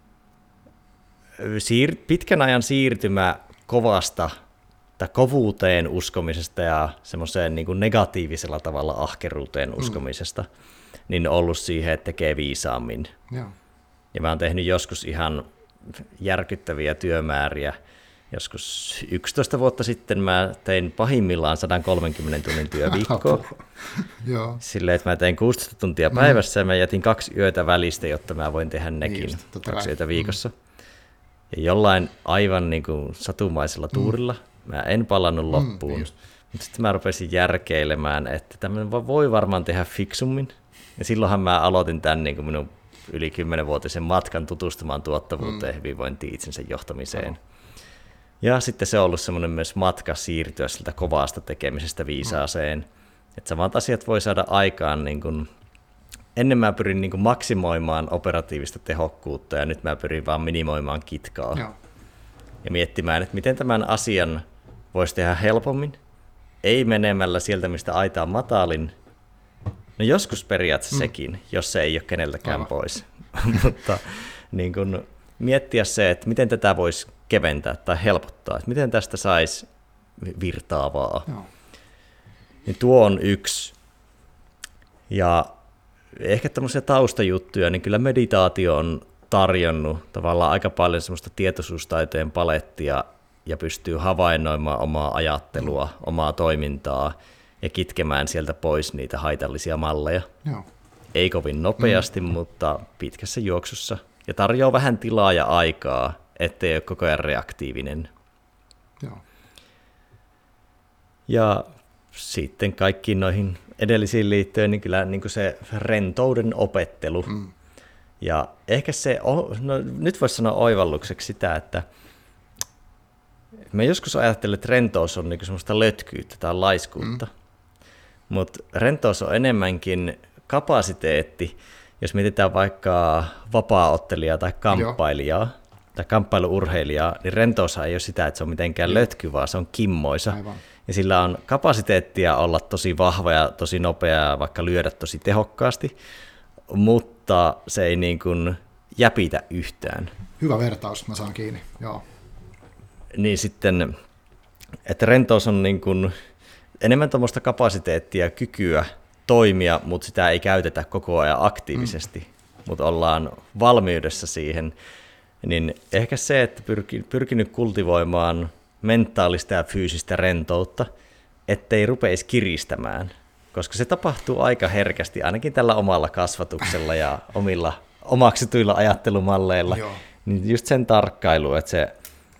pitkän ajan siirtymä kovasta tai kovuuteen uskomisesta ja semmoiseen niin kuin negatiivisella tavalla ahkeruuteen uskomisesta, niin ollut siihen, että tekee viisaammin. Joo. Ja mä oon tehnyt joskus ihan järkyttäviä työmääriä. Joskus 11 vuotta sitten mä tein pahimmillaan 130 tunnin työviikkoa. Joo. Silleen, että mä tein 16 tuntia päivässä ja mä jätin 2 yötä välistä, jotta mä voin tehdä nekin Just, 2 yötä viikossa. Ja jollain aivan niin kuin satumaisella tuurilla mä en palannut loppuun. Mutta sitten mä rupesin järkeilemään, että tämmöinen voi varmaan tehdä fiksummin. Ja silloinhan mä aloitin tämän niin kuin minun yli 10-vuotisen matkan tutustumaan tuottavuuteen, hyvinvointiin, itsensä johtamiseen. Ja sitten se on ollut semmoinen myös matka siirtyä siltä kovasta tekemisestä viisaaseen. Että samat asiat voi saada aikaan, niin kuin, ennen mä pyrin niin kuin maksimoimaan operatiivista tehokkuutta ja nyt mä pyrin vaan minimoimaan kitkaa. Joo. Ja miettimään, että miten tämän asian voisi tehdä helpommin, ei menemällä sieltä, mistä aita on matalin. No joskus periaatteessa sekin, jos se ei ole keneltäkään pois. Mutta niin kun miettiä se, että miten tätä voisi keventää tai helpottaa, että miten tästä saisi virtaavaa. Joo. Niin tuo on yksi. Ja ehkä tämmöisiä taustajuttuja, niin kyllä meditaatio on tarjonnut tavallaan aika paljon semmoista tietoisuustaitojen palettia ja pystyy havainnoimaan omaa ajattelua, omaa toimintaa ja kitkemään sieltä pois niitä haitallisia malleja. Joo. Ei kovin nopeasti, mutta pitkässä juoksussa. Ja tarjoaa vähän tilaa ja aikaa, ettei ole koko ajan reaktiivinen. Joo. Ja sitten kaikkiin noihin edellisiin liittyen, niin kyllä niin kuin se rentouden opettelu. Ja ehkä se, nyt voisi sanoa oivallukseksi sitä, että mä joskus ajattelen, että rentous on niin kuin semmoista lötkyyttä tai laiskuutta. Mutta rentous on enemmänkin kapasiteetti, jos mietitään vaikka vapaa-ottelijaa tai kamppailijaa tai kamppailuurheilijaa, niin rentoushan ei ole sitä, että se on mitenkään lötky, vaan se on kimmoisa. Aivan. Ja sillä on kapasiteettia olla tosi vahva ja tosi nopea ja vaikka lyödä tosi tehokkaasti, mutta se ei niin kuin jäpitä yhtään. Hyvä vertaus, mä saan kiinni. Joo. Niin sitten, että rentous on niin kuin enemmän tuommoista kapasiteettia ja kykyä toimia, mutta sitä ei käytetä koko ajan aktiivisesti, mutta ollaan valmiudessa siihen, niin ehkä se, että pyrkinyt kultivoimaan mentaalista ja fyysistä rentoutta, ettei rupeisi kiristämään, koska se tapahtuu aika herkästi, ainakin tällä omalla kasvatuksella ja omilla omaksituilla ajattelumalleilla, niin just sen tarkkailu, että se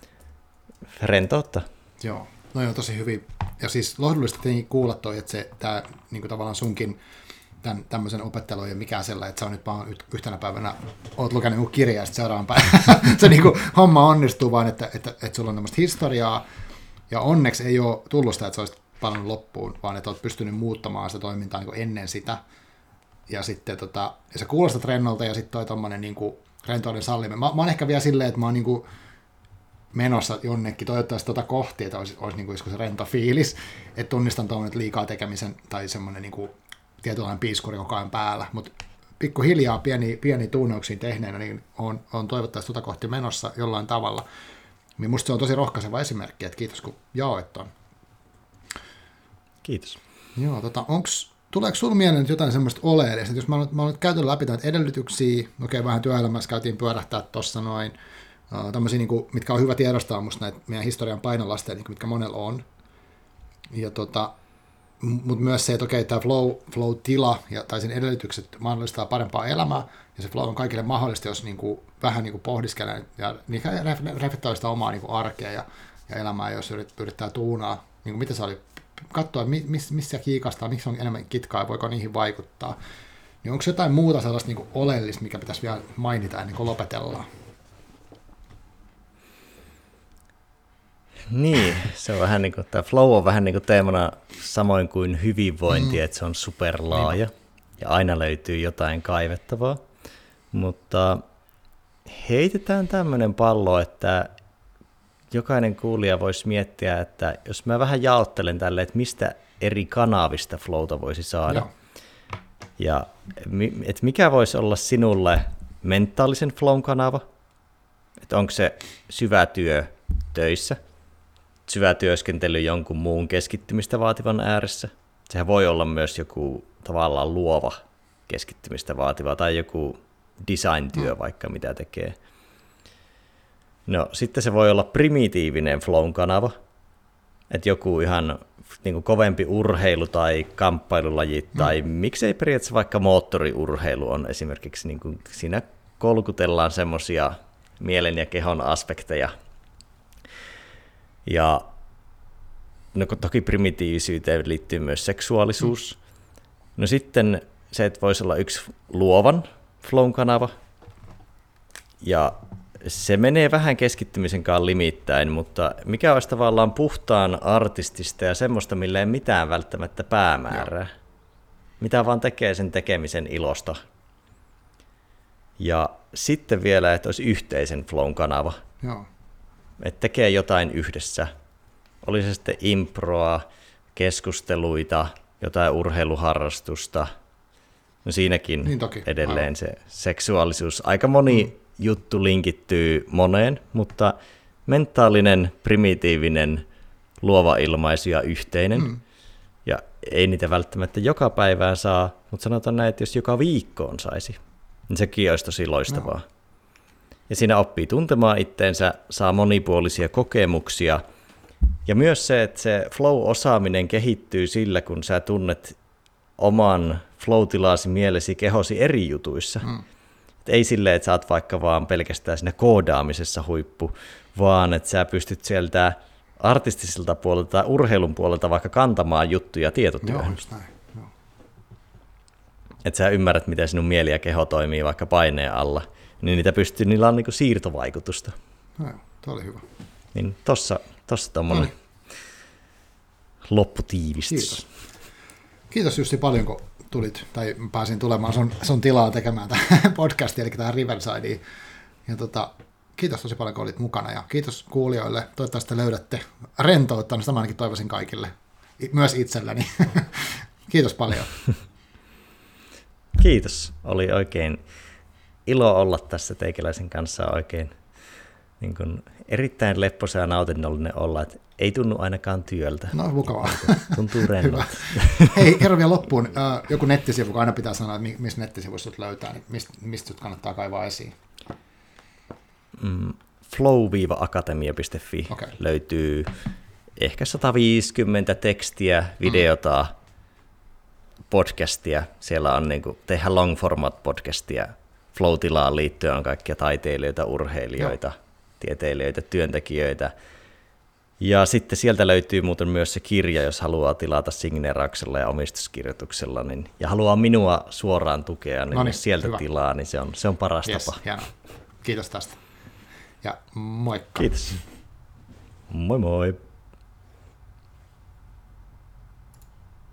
rentoutta. Joo, no joo, tosi hyvin. Ja siis lohdullista tietenkin kuulla toi, että se tää, niin kuin tavallaan sunkin tämän tämmöisen opettelu ei ole mikään sellainen, että sä on nyt vaan yhtenä päivänä, oot lukenut joku kirja ja sitten seuraavan päivänä se niin kuin homma onnistuu, vaan että sulla on tämmöistä historiaa ja onneksi ei ole tullut sitä, että sä olisit palannut loppuun, vaan että oot pystynyt muuttamaan sitä toimintaa niin kuin ennen sitä. Ja sitten ja sä kuulostat rennolta ja sitten toi tommonen niin kuin rentouden salliminen. Mä oon ehkä vielä silleen, että mä oon niin kuin menossa jonnekin, toivottavasti kohti, että olisi niin kuin se rento fiilis, että tunnistan tuommoinen liikaa tekemisen tai semmoinen niin kuin tietynlainen piiskuri koko ajan päällä, mutta pikkuhiljaa pieni tuunnauksia tehneenä, niin on toivottavasti kohti menossa jollain tavalla. Niin musta se on tosi rohkaiseva esimerkki, että kiitos kun jaoit ton. Kiitos. Joo, tuleeko sinulla mieleen nyt jotain semmoista oleellista, jos mä oon nyt käyty läpi näitä edellytyksiä, vähän työelämässä käytiin pyörähtää tuossa noin, tämmöisiä, niin kuin, mitkä on hyvä tiedostaa musta näitä meidän historian painolasteja, niin mitkä monella on. Ja mutta myös se, että okei, tämä flow-tila tai sen edellytykset mahdollistaa parempaa elämää, ja se flow on kaikille mahdollista, jos niinku, vähän niinku pohdiskelee ja niin reflektoi sitä omaa niinku arkea ja elämää, jos yrittää tuunaa, niin mitä se oli, katsoa, missä kiikastaa, miksi on enemmän kitkaa ja voiko niihin vaikuttaa. Niin onko jotain muuta sellaista niinku oleellista, mikä pitäisi vielä mainita ennen kuin lopetellaan? Niin, se on vähän niin kuin, tämä flow on vähän niin kuin teemana samoin kuin hyvinvointi, että se on superlaaja ja aina löytyy jotain kaivettavaa, mutta heitetään tämmöinen pallo, että jokainen kuulija voisi miettiä, että jos mä vähän jaottelen tälle, että mistä eri kanavista flowta voisi saada. Joo. Ja että mikä voisi olla sinulle mentaalisen flown kanava? Että onko se syvä työ töissä, syvä työskentely jonkun muun keskittymistä vaativan ääressä. Sehän voi olla myös joku tavallaan luova keskittymistä vaativa tai joku design-työ vaikka mitä tekee. No sitten se voi olla primitiivinen flown kanava, että joku ihan niin kuin kovempi urheilu tai kamppailulaji tai miksei periaatteessa vaikka moottoriurheilu on esimerkiksi, niin kuin siinä kolkutellaan semmoisia mielen ja kehon aspekteja. Ja no toki primitiivisyyteen liittyy myös seksuaalisuus. No sitten se, että voisi olla yksi luovan flown kanava. Ja se menee vähän keskittymisen kanssa limittäin, mutta mikä olisi tavallaan puhtaan artistista ja semmoista, millä ei mitään välttämättä päämäärää. Mitä vaan tekee sen tekemisen ilosta. Ja sitten vielä, että olisi yhteisen flown kanava. Joo. Että tekee jotain yhdessä. Oli se sitten improa, keskusteluita, jotain urheiluharrastusta. No siinäkin niin toki, edelleen aivan. se seksuaalisuus. Aika moni juttu linkittyy moneen, mutta mentaalinen, primitiivinen, luova ilmaisu ja yhteinen. Ja ei niitä välttämättä joka päivään saa, mutta sanotaan näin, että jos joka viikkoon saisi, niin sekin olisi tosi loistavaa. No. Ja siinä oppii tuntemaan itteensä, saa monipuolisia kokemuksia. Ja myös se, että se flow-osaaminen kehittyy sillä, kun sä tunnet oman flow-tilasi, mielesi, kehosi eri jutuissa. Et ei silleen, että sä oot vaikka vaan pelkästään siinä koodaamisessa huippu, vaan että sä pystyt sieltä artistiselta puolelta tai urheilun puolelta vaikka kantamaan juttuja tietotyöhön. Joo, just näin. Joo. Että sä ymmärrät, miten sinun mieli ja keho toimii vaikka paineen alla, niin niillä on niinku siirtovaikutusta. No, tuo oli hyvä. Niin tossa tommonen lopputiivistys. Kiitos Jussi paljon, kun tulit, tai pääsin tulemaan sun tilaa tekemään tätä podcastia, eli tähän Riversideen. Ja kiitos tosi paljon, kun olit mukana, ja kiitos kuulijoille. Toivottavasti löydätte rentoutta, no sitä mä ainakin toivoisin kaikille, myös itselläni. Kiitos paljon. Kiitos. Oli oikein ilo olla tässä teikäläisen kanssa oikein niin kuin erittäin lepposa ja nautinnollinen olla, että ei tunnu ainakaan työltä. No, mukavaa. Tuntuu rennolta. Hei, kerro vielä loppuun. Joku nettisivu, kun aina pitää sanoa, että missä nettisivuissa sut löytää, niin mistä sut kannattaa kaivaa esiin? Flow-akatemia.fi löytyy ehkä 150 tekstiä, videota, podcastia. Siellä on niin kuin, tehdään long format podcastia. Flow-tilaan liittyen on kaikkia taiteilijoita, urheilijoita, tieteilijöitä, työntekijöitä. Ja sitten sieltä löytyy muuten myös se kirja, jos haluaa tilata signeerauksella ja omistuskirjoituksella, niin, ja haluaa minua suoraan tukea, niin jos sieltä hyvä. Tilaa, niin se on paras tapa. Hienoa. Kiitos tästä. Ja moikka. Kiitos. Moi moi.